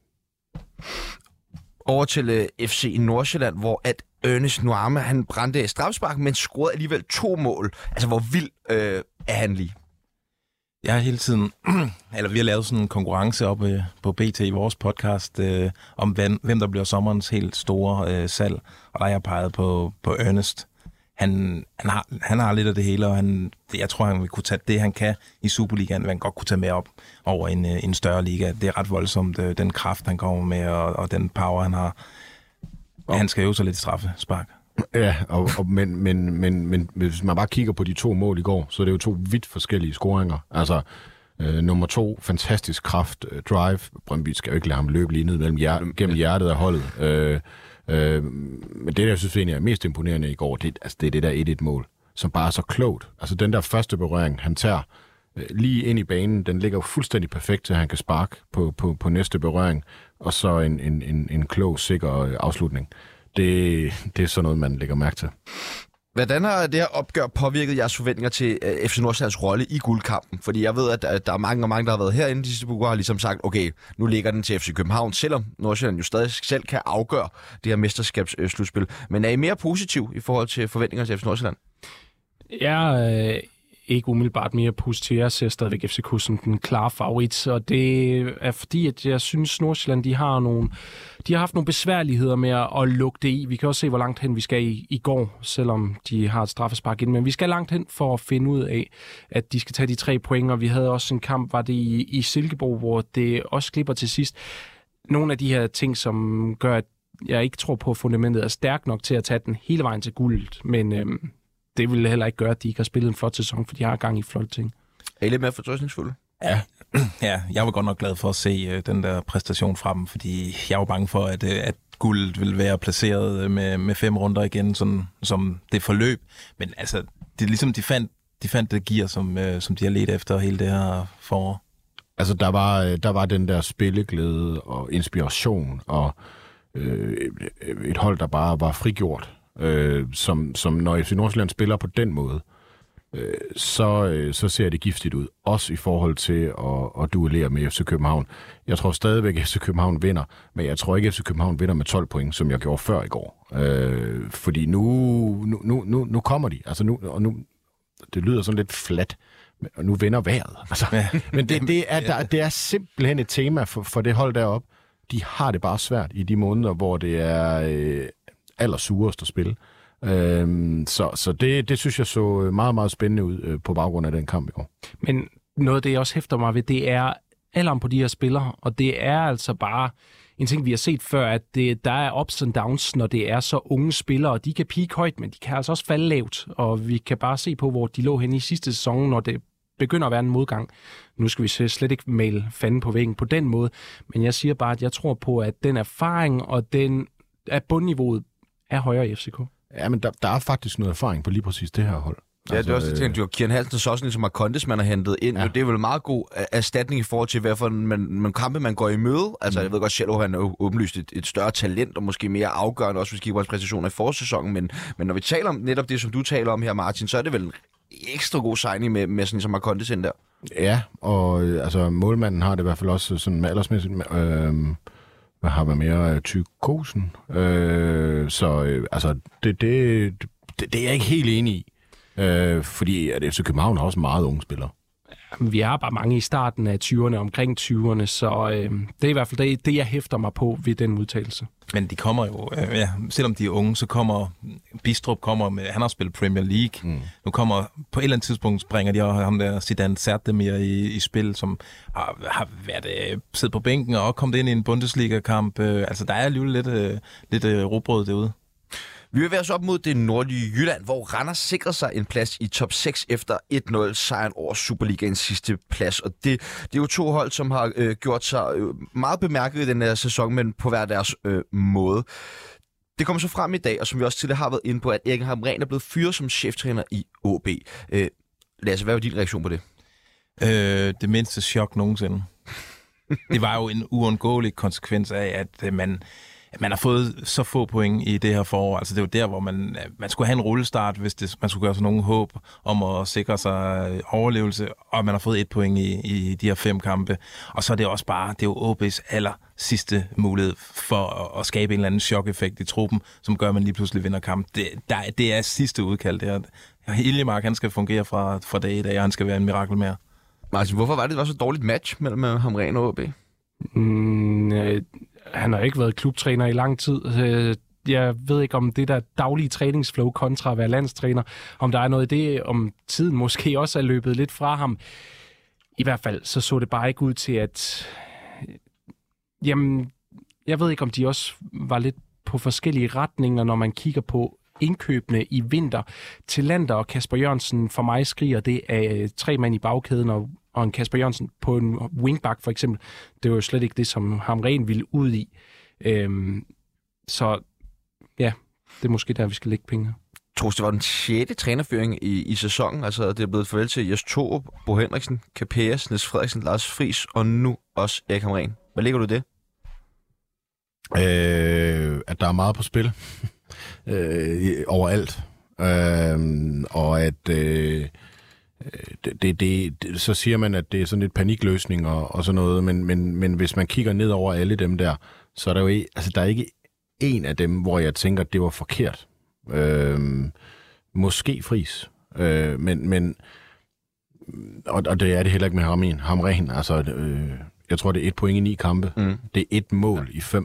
Over til FC Nordsjælland, hvor at Ernest Nuama, han brændte strafspark, men scorede alligevel 2 mål. Altså, hvor vild er han lige? Jeg har hele tiden, vi har lavet sådan en konkurrence op på BT i vores podcast, om hvem der bliver sommerens helt store salg. Og der har jeg peget på Ernest. Han har lidt af det hele, og jeg tror, han vil kunne tage det, han kan i Superligaen, hvad han godt kunne tage med op over en større liga. Det er ret voldsomt, den kraft, han kommer med, og den power, han har. Han skal øve sig lidt straffespark. Ja, men hvis man bare kigger på de 2 mål i går, så er det jo 2 vidt forskellige scoringer. Altså, nummer 2, fantastisk kraft, drive. Brøndby skal jo ikke lade ham løbe lige ned gennem hjertet af holdet. Men det, jeg synes egentlig er mest imponerende i går, det er det der 1-1-mål, som bare er så klogt. Altså, den der første berøring, han tager lige ind i banen, den ligger jo fuldstændig perfekt til, at han kan sparke på næste berøring, og så en klog, sikker afslutning. Det er sådan noget, man lægger mærke til. Hvordan har det her opgør påvirket jeres forventninger til FC Nordsjællands rolle i guldkampen? Fordi jeg ved, at der er mange, der har været herinde de sidste uger, har ligesom sagt, okay, nu ligger den til FC København, selvom Nordsjælland jo stadig selv kan afgøre det her mesterskabsslutspil. Men er I mere positiv i forhold til forventninger til FC Nordsjælland? ikke umiddelbart mere positiv. Jeg ser stadigvæk FCK som den klare favorit, og det er fordi, at jeg synes, Nordsjælland, de har haft nogle besværligheder med at lukke det i. Vi kan også se, hvor langt hen vi skal i går, selvom de har et straffespark ind. Men vi skal langt hen for at finde ud af, at de skal tage de 3 point, og vi havde også en kamp, var det i Silkeborg, hvor det også klipper til sidst. Nogle af de her ting, som gør, at jeg ikke tror på, at fundamentet er stærkt nok til at tage den hele vejen til guldet, men det vil heller ikke gøre, at de ikke har spillet en flot sæson, for de har gang i flotte ting. Er I lidt mere fortrøstningsfulde? Ja, jeg var godt nok glad for at se den der præstation fra dem, fordi jeg var bange for, at guldet ville være placeret med 5 runder igen, sådan, som det forløb. Men altså, det er ligesom, de fandt det gear, som de har ledt efter hele det her forår. Altså, der var den der spilleglæde og inspiration og et hold, der bare var frigjort, som når FC Nordsjælland spiller på den måde, så ser det giftigt ud. Også i forhold til at duellere med FC København. Jeg tror stadigvæk, at FC København vinder, men jeg tror ikke, at FC København vinder med 12 point, som jeg gjorde før i går. Fordi nu kommer de. Altså nu, det lyder sådan lidt flat, og nu vinder vejret. Altså, men det er simpelthen et tema for det hold deroppe. De har det bare svært i de måneder, hvor det er allersurest at spille. Så det synes jeg så meget, meget spændende ud på baggrund af den kamp i går. Men noget af det, jeg også hæfter mig ved, det er alderen på de her spillere, og det er altså bare en ting, vi har set før, at der er ups and downs, når det er så unge spillere. De kan peak højt, men de kan altså også falde lavt, og vi kan bare se på, hvor de lå henne i sidste sæson, når det begynder at være en modgang. Nu skal vi slet ikke male fanden på væggen på den måde, men jeg siger bare, at jeg tror på, at den erfaring og at bundniveauet er højere i FCK. Ja, men der er faktisk noget erfaring på lige præcis det her hold. Ja, det er også det, at Kieran Hansen og Sossen, ligesom Marcondes, man har hentet ind. Ja. Det er vel en meget god erstatning i forhold til, hvad for en kampe man går i møde. Altså, jeg ved godt, Sjælov han er åbenlyst et større talent, og måske mere afgørende, også hvis vi kigger på hans præstationer i forårssæsonen. Men når vi taler om netop det, som du taler om her, Martin, så er det vel en ekstra god signing med sådan som Marcondes ind der. Ja, og altså, målmanden har det i hvert fald også sådan aldersmæssigt. Hvad har man mere? Tykosen. Altså, det er jeg ikke helt enig i. Fordi at FC København har også meget unge spillere. Vi har bare mange i starten af 20'erne, omkring 20'erne, så det er i hvert fald det, jeg hæfter mig på ved den udtalelse. Men de kommer jo, selvom de er unge, så kommer Bistrup han har spillet Premier League. Nu kommer, på et eller andet tidspunkt springer de ham der Zidane Serdemir i spil, som har været siddet på bænken og kommet ind i en Bundesliga-kamp. Altså, der er alligevel lidt rugbrød derude. Vi vil være så op mod det nordlige Jylland, hvor Randers sikrer sig en plads i top 6 efter 1-0 sejren over Superligaens sidste plads. Og det er jo 2 hold, som har gjort sig meget bemærket i den her sæson, men på hver deres måde. Det kommer så frem i dag, og som vi også tidligere har været inde på, at Erik Hamrén er blevet fyret som cheftræner i OB. Lasse, hvad var din reaktion på det? Det mindste chok nogensinde. Det var jo en uundgåelig konsekvens af, at man har fået så få point i det her forår. Altså, det var der, hvor man skulle have en rullestart, hvis man skulle gøre sig nogen håb om at sikre sig overlevelse, og man har fået 1 point i de her 5 kampe. Og så er det også bare, det er jo OB's aller sidste mulighed for at skabe en eller anden chok-effekt i truppen, som gør, at man lige pludselig vinder kamp. Det er sidste udkald, det her. Hiljemark, han skal fungere fra dag i dag, og han skal være en mirakel mere. Martin, hvorfor var det så dårligt match mellem Hamrén og OB? Han har ikke været klubtræner i lang tid. Jeg ved ikke, om det der daglige træningsflow kontra at være landstræner, om der er noget i det, om tiden måske også er løbet lidt fra ham. I hvert fald så det bare ikke ud til, at jamen, jeg ved ikke, om de også var lidt på forskellige retninger, når man kigger på indkøbene i vinter. Tillander og Kasper Jørgensen for mig skriger det af 3 mand i bagkæden og en Kasper Jørgensen på en wingback for eksempel. Det var jo slet ikke det, som Hamrén ville ud i. Så ja, det er måske der, vi skal lægge penge. Troels, det var den 6. trænerføring i sæsonen. Altså, det er blevet farvel til Jes Torup, Bo Henriksen, Capellas, Niels Frederiksen, Lars Friis og nu også Erik Hamrén. Hvad ligger du i det? At der er meget på spil. Overalt. Og at så siger man, at det er sådan et panikløsning og sådan noget, men hvis man kigger ned over alle dem der, så er der jo der er ikke en af dem, hvor jeg tænker, at det var forkert. Måske Friis. Men Og det er det heller ikke med Hamrén. Altså, jeg tror, det er 1 point i 9 kampe. Det er 1 mål i 5.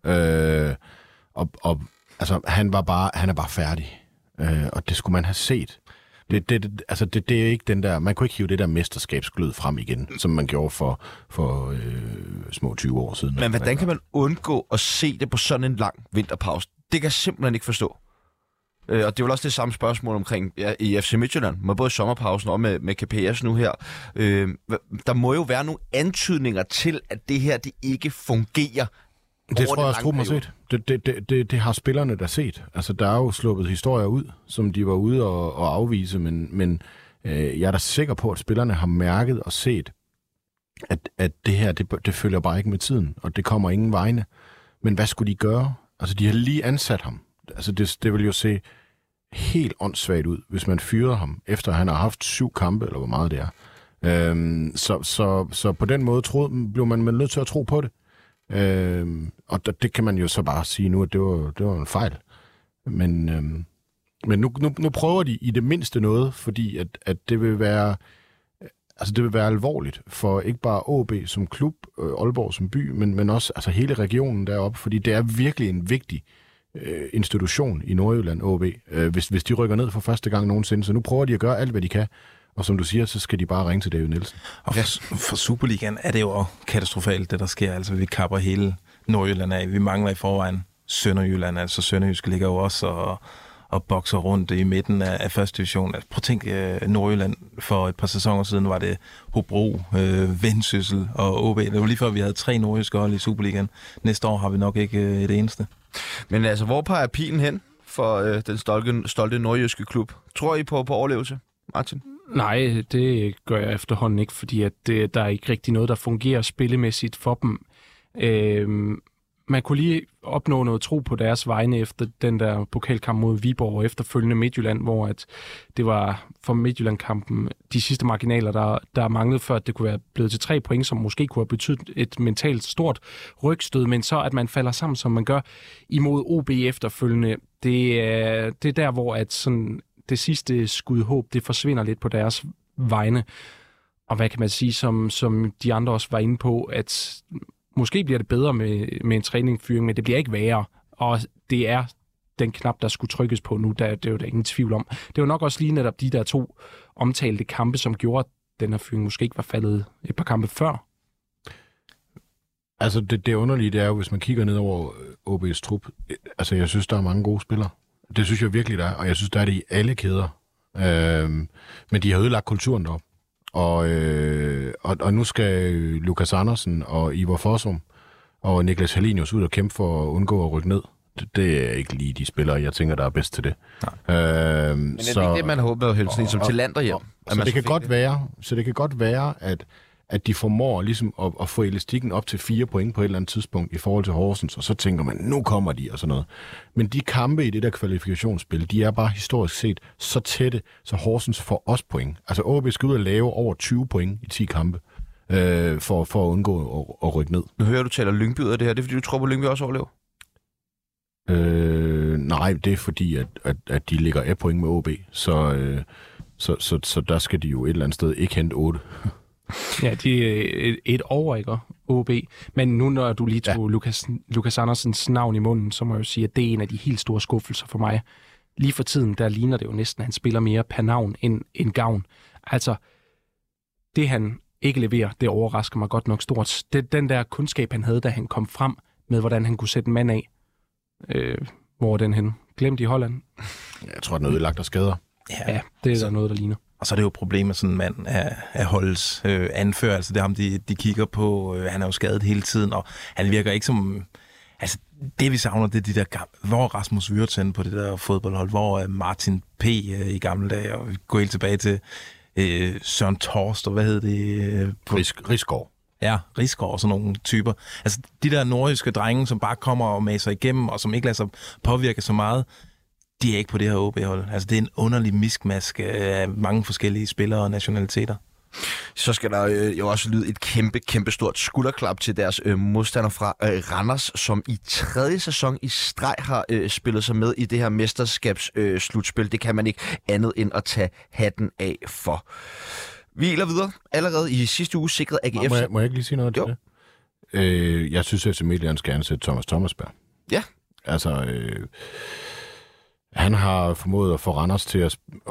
Altså, han er bare færdig. Og det skulle man have set. Det er ikke den der... Man kunne ikke hive det der mesterskabsglød frem igen, som man gjorde for små 20 år siden. Men hvordan kan man undgå at se det på sådan en lang vinterpause? Det kan jeg simpelthen ikke forstå. Og det er jo også det samme spørgsmål omkring i FC Midtjylland, med både sommerpausen og med KPS nu her. Der må jo være nogle antydninger til, at det her det ikke fungerer. Det tror jeg også, Struben har set. Det har spillerne da set. Altså, der er jo sluppet historier ud, som de var ude og afvise, men jeg er da sikker på, at spillerne har mærket og set, at det her, det følger bare ikke med tiden, og det kommer ingen vegne. Men hvad skulle de gøre? Altså, de har lige ansat ham. Altså, det vil jo se helt åndssvagt ud, hvis man fyrede ham, efter han har haft 7 kampe, eller hvor meget det er. Så på den måde blev man nødt til at tro på det. Og det kan man jo så bare sige nu, at det var en fejl. Men nu prøver de i det mindste noget, fordi at det vil være... Altså, det vil være alvorligt for ikke bare AaB som klub, Aalborg som by, men også altså hele regionen deroppe, fordi det er virkelig en vigtig institution i Nordjylland, AaB, hvis de rykker ned for første gang nogensinde. Så nu prøver de at gøre alt, hvad de kan, og som du siger, så skal de bare ringe til David Nielsen. Og for Superligaen er det jo katastrofalt, det der sker. Altså, vi kapper hele Nordjylland af. Vi mangler i forvejen Sønderjylland, altså Sønderjyske ligger jo også og bokser rundt i midten af første division. Altså, prøv at tænke, Nordjylland for et par sæsoner siden var det Hobro, Vendsyssel og AaB. Det var lige før, vi havde 3 nordjyske hold i Superligaen. Næste år har vi nok ikke et eneste. Men altså, hvor peger pilen hen for den stolte nordjyske klub? Tror I på overlevelse, Martin? Nej, det gør jeg efterhånden ikke, fordi at der er ikke rigtig noget, der fungerer spillemæssigt for dem. Man kunne lige opnå noget tro på deres vegne efter den der pokalkamp mod Viborg og efterfølgende Midtjylland, hvor at det var for Midtjylland-kampen de sidste marginaler, der manglede, før at det kunne være blevet til 3 point, som måske kunne have betydet et mentalt stort rygstød, men så at man falder sammen, som man gør imod OB efterfølgende, det er der, hvor at sådan det sidste skud håb, det forsvinder lidt på deres vegne. Og hvad kan man sige, som de andre også var inde på, at måske bliver det bedre med en træningfyring, men det bliver ikke værre. Og det er den knap, der skulle trykkes på nu, det er jo der ingen tvivl om. Det var nok også lige netop de der 2 omtalte kampe, som gjorde, at den her fyring måske ikke var faldet et par kampe før. Altså det underlige, det er jo, hvis man kigger ned over AaB's trup, altså jeg synes, der er mange gode spillere. Det synes jeg virkelig, der er, og jeg synes, der er det i alle kæder. Men de har ødelagt kulturen deroppe. Og nu skal Lukas Andersen og Ivar Fossum og Niklas Helenius ud og kæmpe for at undgå at rykke ned. Det er ikke lige de spillere, jeg tænker, der er bedst til det. Men det er ikke det, man håber at hælde som til Lander hjem. Så det kan godt være, at de formår ligesom at få elastikken op til 4 point på et eller andet tidspunkt i forhold til Horsens, og så tænker man, nu kommer de og sådan noget. Men de kampe i det der kvalifikationsspil, de er bare historisk set så tætte, så Horsens får også point. Altså AaB skal ud og lave over 20 point i 10 kampe, for at undgå at rykke ned. Nu hører du taler Lyngby ud af det her. Det er fordi, du tror på, Lyngby også overlever? Nej, det er fordi, at de ligger af point med AaB. Så der skal de jo et eller andet sted ikke hente 8. Ja, de er et over, ikke? OB. Men nu, når du lige tog Lukas Andersens navn i munden, så må jeg jo sige, at det er en af de helt store skuffelser for mig. Lige for tiden, der ligner det jo næsten, at han spiller mere per navn end gavn. Altså, det han ikke leverer, det overrasker mig godt nok stort. Den der kundskab, han havde, da han kom frem med, hvordan han kunne sætte en mand af. Hvor er den henne? Glemt i Holland? Jeg tror, den er ødelagt af skader. Ja, det er der noget, der ligner. Og så er det jo et problem med sådan en mand af holdets anfører. Altså det er ham, de kigger på. Han er jo skadet hele tiden, og han virker ikke som... Altså det vi savner, det er de der gamle... Hvor er Rasmus Wirtsen på det der fodboldhold? Hvor er Martin P. i gamle dage? Og vi går helt tilbage til Søren Torst, og hvad hed det? Rigsgaard. Ja, Rigsgaard og sådan nogle typer. Altså de der nordjyske drenge, som bare kommer og maser igennem, og som ikke lader sig påvirke så meget... De er ikke på det her OB-hold. Altså, det er en underlig miskmask af mange forskellige spillere og nationaliteter. Så skal der jo også lyde et kæmpe stort skulderklap til deres modstander fra Randers, som i 3. sæson i streg har spillet sig med i det her mesterskabsslutspil. Det kan man ikke andet end at tage hatten af for. Vi hælder videre. Allerede i sidste uge sikrede AGF... Må jeg ikke lige sige noget til det? Jeg synes, at FC Midtjylland skal ansætte Thomas Thomasberg. Ja. Altså, han har formået at få Randers til at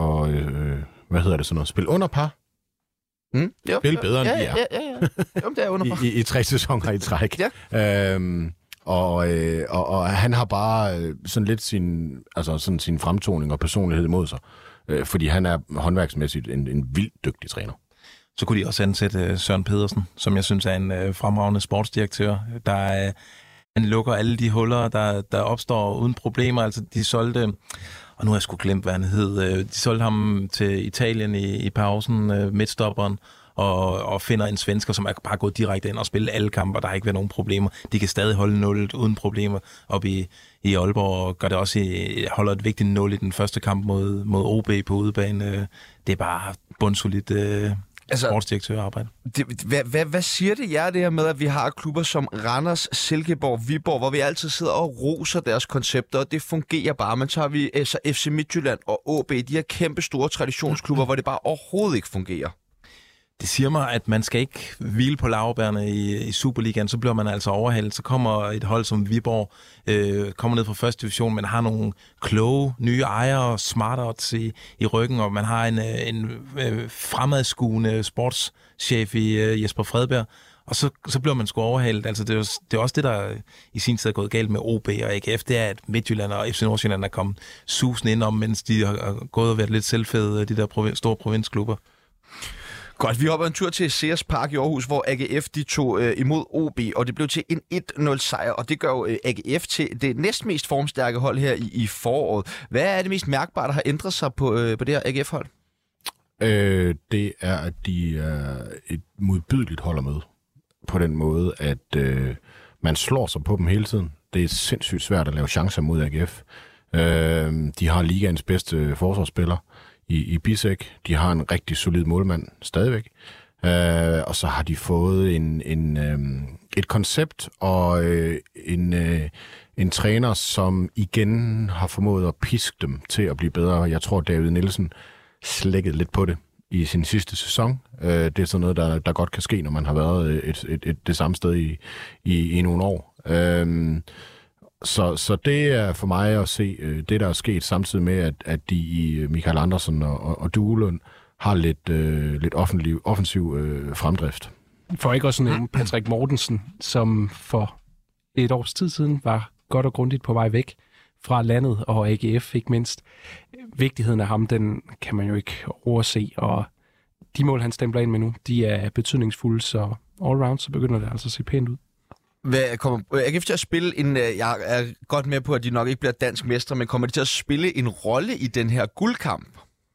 spille under par. Spille bedre end de er. Ja. Jamen, det er under par. I 3 sæsoner i træk. Ja. Og han har bare sådan lidt sin fremtoning og personlighed imod sig. Fordi han er håndværksmæssigt en vildt dygtig træner. Så kunne de også ansætte Søren Pedersen, som jeg synes er en fremragende sportsdirektør. Han lukker alle de huller, der opstår uden problemer. Altså, de solgte, og nu har jeg sgu glemt, hvad han hed, de solgte ham til Italien i pausen, midtstopperen, og finder en svensker, som er bare gået direkte ind og spille alle kampe, og der har ikke været nogen problemer. De kan stadig holde 0 uden problemer op i Aalborg, og gør det også holder et vigtigt 0 i den første kamp mod OB på udebane. Det er bare bundsolidt sportsdirektørarbejde. Hvad siger det jer, det her med, at vi har klubber som Randers, Silkeborg, Viborg, hvor vi altid sidder og roser deres koncepter, og det fungerer bare. Men så har vi altså FC Midtjylland og AB, de her kæmpe store traditionsklubber, hvor det bare overhovedet ikke fungerer. Det siger mig, at man skal ikke hvile på laurbærne i Superligaen, så bliver man altså overhældt. Så kommer et hold som Viborg, kommer ned fra første division, men har nogle kloge, nye ejere, smartere i ryggen, og man har en fremadskuende sportschef i Jesper Fredberg, og så bliver man sgu overhældt. Altså, det er også det, der i sin tid er gået galt med OB og AGF, det er, at Midtjylland og FC Nordsjælland er kommet susende ind om, mens de har gået og været lidt selvfede, de der store provinsklubber. Godt, vi hopper en tur til Sears Park i Aarhus, hvor AGF de tog imod OB, og det blev til en 1-0 sejr, og det gør jo AGF til det næstmest formstærke hold her i foråret. Hvad er det mest mærkbare, der har ændret sig på det her AGF-hold? Det er, at de er et modbydeligt hold at møde. På den måde, at man slår sig på dem hele tiden. Det er sindssygt svært at lave chancer mod AGF. De har ligaens bedste forsvarsspiller i Bisek. De har en rigtig solid målmand stadigvæk. Og så har de fået et koncept og en træner, som igen har formået at piske dem til at blive bedre. Jeg tror, David Nielsen slækkede lidt på det i sin sidste sæson. Det er sådan noget, der godt kan ske, når man har været det samme sted i nogle år. Så det er for mig at se det, der er sket, samtidig med, at de i Michael Andersen og Duelund har lidt offensiv fremdrift. For ikke også en Patrick Mortensen, som for et års tid siden var godt og grundigt på vej væk fra landet, og AGF ikke mindst. Vigtigheden af ham, den kan man jo ikke overse, og de mål, han stempler ind med nu, de er betydningsfulde, så all round, så begynder det altså at se pænt ud. Kommer AGF til at spille jeg er godt med på, at de nok ikke bliver dansk mestre, men kommer de til at spille en rolle i den her guldkamp?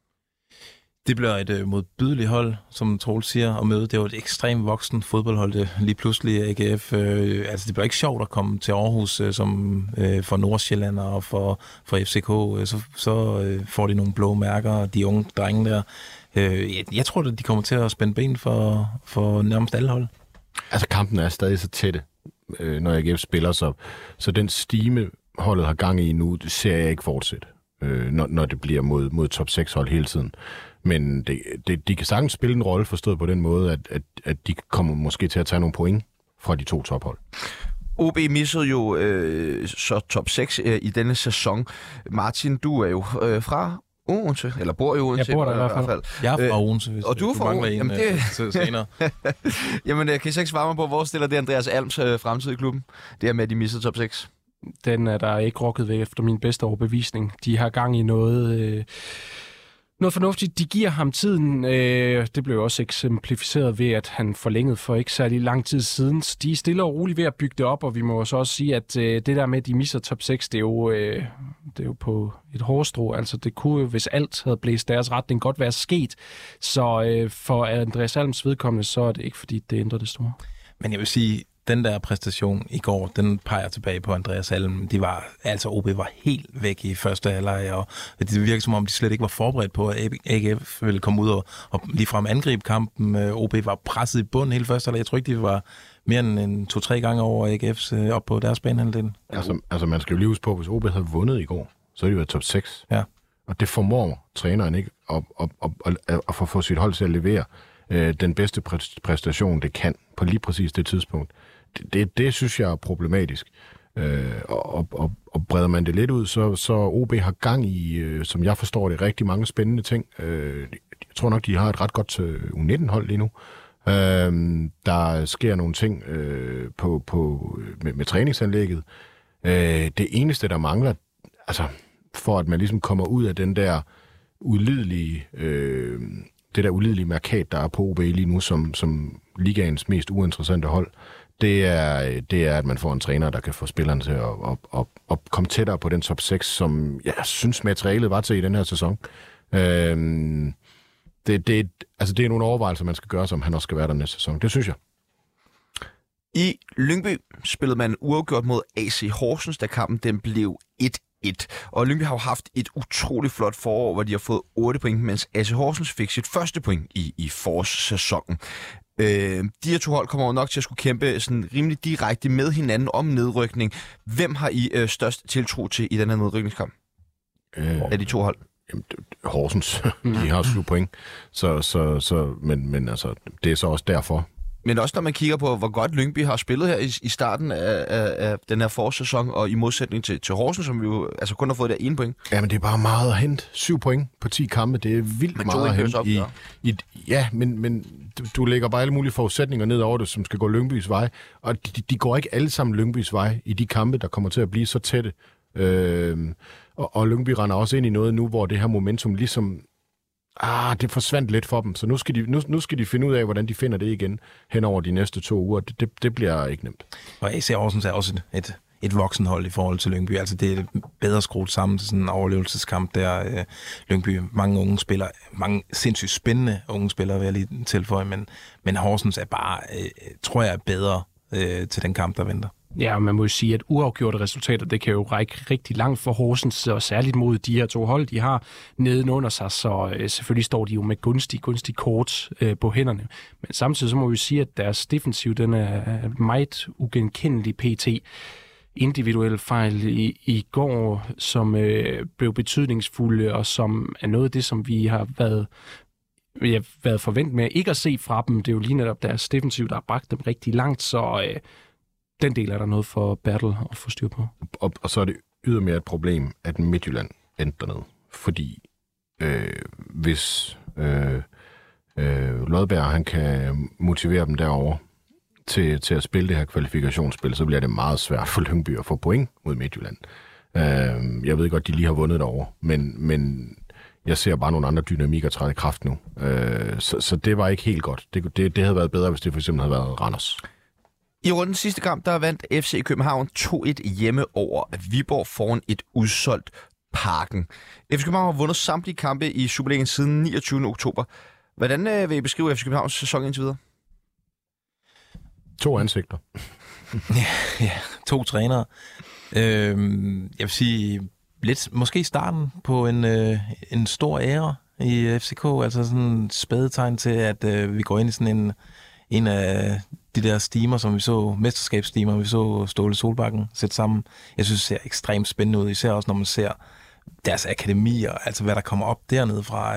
Det bliver et modbydeligt hold, som Troels siger, at møde. Det er jo et ekstremt voksen fodboldhold, det lige pludselig AGF. Altså, det bliver ikke sjovt at komme til Aarhus, som for Nordsjælland og for FCK. Så får de nogle blå mærker, de unge drenge der. Jeg tror, at de kommer til at spænde ben for nærmest alle hold. Altså, kampen er stadig så tætte, når AGF spiller, så den stime, holdet har gang i nu, det ser jeg ikke fortsætte, når det bliver mod top 6 hold hele tiden. Men de kan sagtens spille en rolle, forstået på den måde, at de kommer måske til at tage nogle point fra de 2 tophold. OB missede jo så top 6 i denne sæson. Martin, du er jo fra Odense, eller bor i Odense. Jeg bor der i hvert fald. Jeg er fra Odense, hvis og du er fra Odense. Jamen, det... senere. Jamen, kan I så ikke svare mig på, hvor stiller det Andreas Alms fremtid i klubben? Det her med, at de missede top 6. Den er der ikke rokket ved efter min bedste overbevisning. De har gang i noget fornuftigt. De giver ham tiden. Det blev også eksemplificeret ved, at han forlængede for ikke særlig lang tid siden. De er stille og roligt ved at bygge det op, og vi må så også sige, at det der med, at de misser top 6, det er jo på et hårstrå. Altså, det kunne jo, hvis alt havde blæst deres retning, godt være sket. Så for Andreas Alms vedkommende, så er det ikke, fordi det ændrer det store. Men jeg vil sige, den der præstation i går, den peger tilbage på Andreas Alm. OB var helt væk i første halvleg, og det virker som om, de slet ikke var forberedt på, at AGF ville komme ud og ligefrem angribe kampen. OB var presset i bunden hele første halvleg. Jeg tror ikke, de var mere end 2-3 gange over AGF's op på deres banehalvdel. Altså, man skal jo lige huske på, hvis OB havde vundet i går, så havde de været top 6. Ja. Og det formår træneren ikke at få sit hold til at levere. den bedste præstation, det kan på lige præcis det tidspunkt. Det synes jeg er problematisk. Og breder man det lidt ud, så OB har gang i, som jeg forstår det, rigtig mange spændende ting. Jeg tror nok, de har et ret godt U19-hold lige nu. Der sker nogle ting med træningsanlægget. Det eneste, der mangler, altså for at man ligesom kommer ud af den der ulidelige, det der ulidelige markat, der er på OB lige nu, som ligaens mest uinteressante hold, det er, at man får en træner, der kan få spillerne til at komme tættere på den top 6, som jeg synes materialet var til i den her sæson. Det er nogle overvejelser, man skal gøre, som han også skal være der næste sæson. Det synes jeg. I Lyngby spillede man uafgjort mod AC Horsens, da kampen den blev 1-1. Og Lyngby har jo haft et utroligt flot forår, hvor de har fået 8 point, mens AC Horsens fik sit første point i forårssæsonen. De her to hold kommer jo nok til at skulle kæmpe sådan rimelig direkte med hinanden om nedrykning. Hvem har I størst tiltro til i den her nedrykningskamp? Af de to hold? Jamen, Horsens, de har 7 point. Men altså, det er så også derfor. Men også når man kigger på, hvor godt Lyngby har spillet her i starten af den her forårssæson, og i modsætning til Horsens, som jo altså kun har fået der 1 point. Ja, men det er bare meget at hente. 7 point på 10 kampe, det er vildt meget at hente. Men du lægger bare alle mulige forudsætninger ned over det, som skal gå Lyngbys vej. Og de går ikke alle sammen Lyngbys vej i de kampe, der kommer til at blive så tætte. Og Lyngby render også ind i noget nu, hvor det her momentum ligesom... det forsvandt lidt for dem, så nu skal de finde ud af, hvordan de finder det igen hen over de næste 2 uger. Det bliver ikke nemt. Og AC Horsens er også et voksenhold i forhold til Lyngby. Altså det er bedre skruet sammen til sådan en overlevelseskamp, der Lyngby mange unge spillere, mange sindssygt spændende unge spillere, vil jeg lige tilføje, men Horsens er bare, tror jeg, er bedre til den kamp, der venter. Ja, man må jo sige, at uafgjorte resultater, det kan jo række rigtig langt for Horsens, og særligt mod de her 2 hold, de har nedenunder sig, så selvfølgelig står de jo med gunstig kort på hænderne. Men samtidig så må vi jo sige, at deres defensiv, den er meget ugenkendelig pt. Individuelle fejl i går, som blev betydningsfulde, og som er noget af det, som vi har været forventet med ikke at se fra dem. Det er jo lige netop deres defensiv, der har bragt dem rigtig langt, så... Den del er der noget for Bertel at få styr på. Og så er det ydermere et problem, at Midtjylland endte dernede. Fordi hvis Lodberg han kan motivere dem derovre til at spille det her kvalifikationsspil, så bliver det meget svært for Lyngby at få point mod Midtjylland. Jeg ved godt, de lige har vundet derovre, men jeg ser bare nogle andre dynamikker træde i kraft nu. Så det var ikke helt godt. Det havde været bedre, hvis det for eksempel havde været Randers. I rundens sidste kamp, der vandt FC København 2-1 hjemme over Viborg foran et udsolgt Parken. FC København har vundet samtlige kampe i Superligaen siden 29. oktober. Hvordan vil I beskrive FC Københavns sæson indtil videre? 2 ansigter. ja, 2 trænere. Jeg vil sige, lidt måske starten på en stor ære i FCK. Altså sådan en spædetegn til, at vi går ind i sådan en af de der stimer, som vi så, mesterskabsstimer, vi så Ståle Solbakken sætte sammen. Jeg synes, det ser ekstremt spændende ud, især også, når man ser deres akademier, altså hvad der kommer op dernede fra,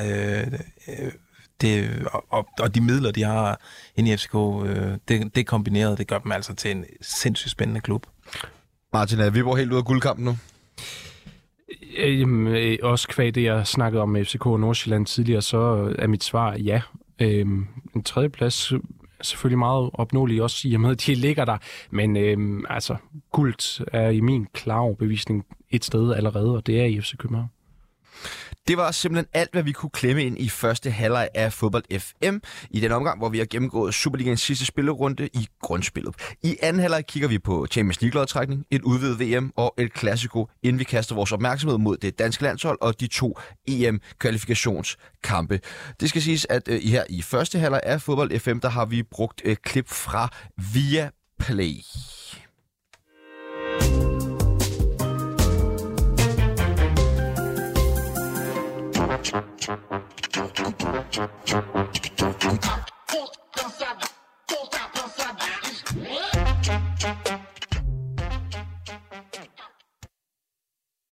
og de midler, de har inde i FCK, det kombineret, det gør dem altså til en sindssygt spændende klub. Martin, er Viborg helt ude af guldkampen nu? Også kvad det, jeg snakkede om med FCK og Nordsjælland tidligere, så er mit svar ja. En 3. plads selvfølgelig meget opnåelig også i og med, at de ligger der. Men guld er i min klare overbevisning et sted allerede, og det er i FC København. Det var simpelthen alt, hvad vi kunne klemme ind i første halvleg af Fodbold FM. I den omgang, hvor vi har gennemgået Superligaens sidste spillerunde i grundspillet. I anden halvleg kigger vi på Champions League-lodtrækning, et udvidet VM og et Clasico, inden vi kaster vores opmærksomhed mod det danske landshold og de 2 EM-kvalifikationskampe. Det skal siges, at her i første halvleg af Fodbold FM, der har vi brugt klip fra Viaplay.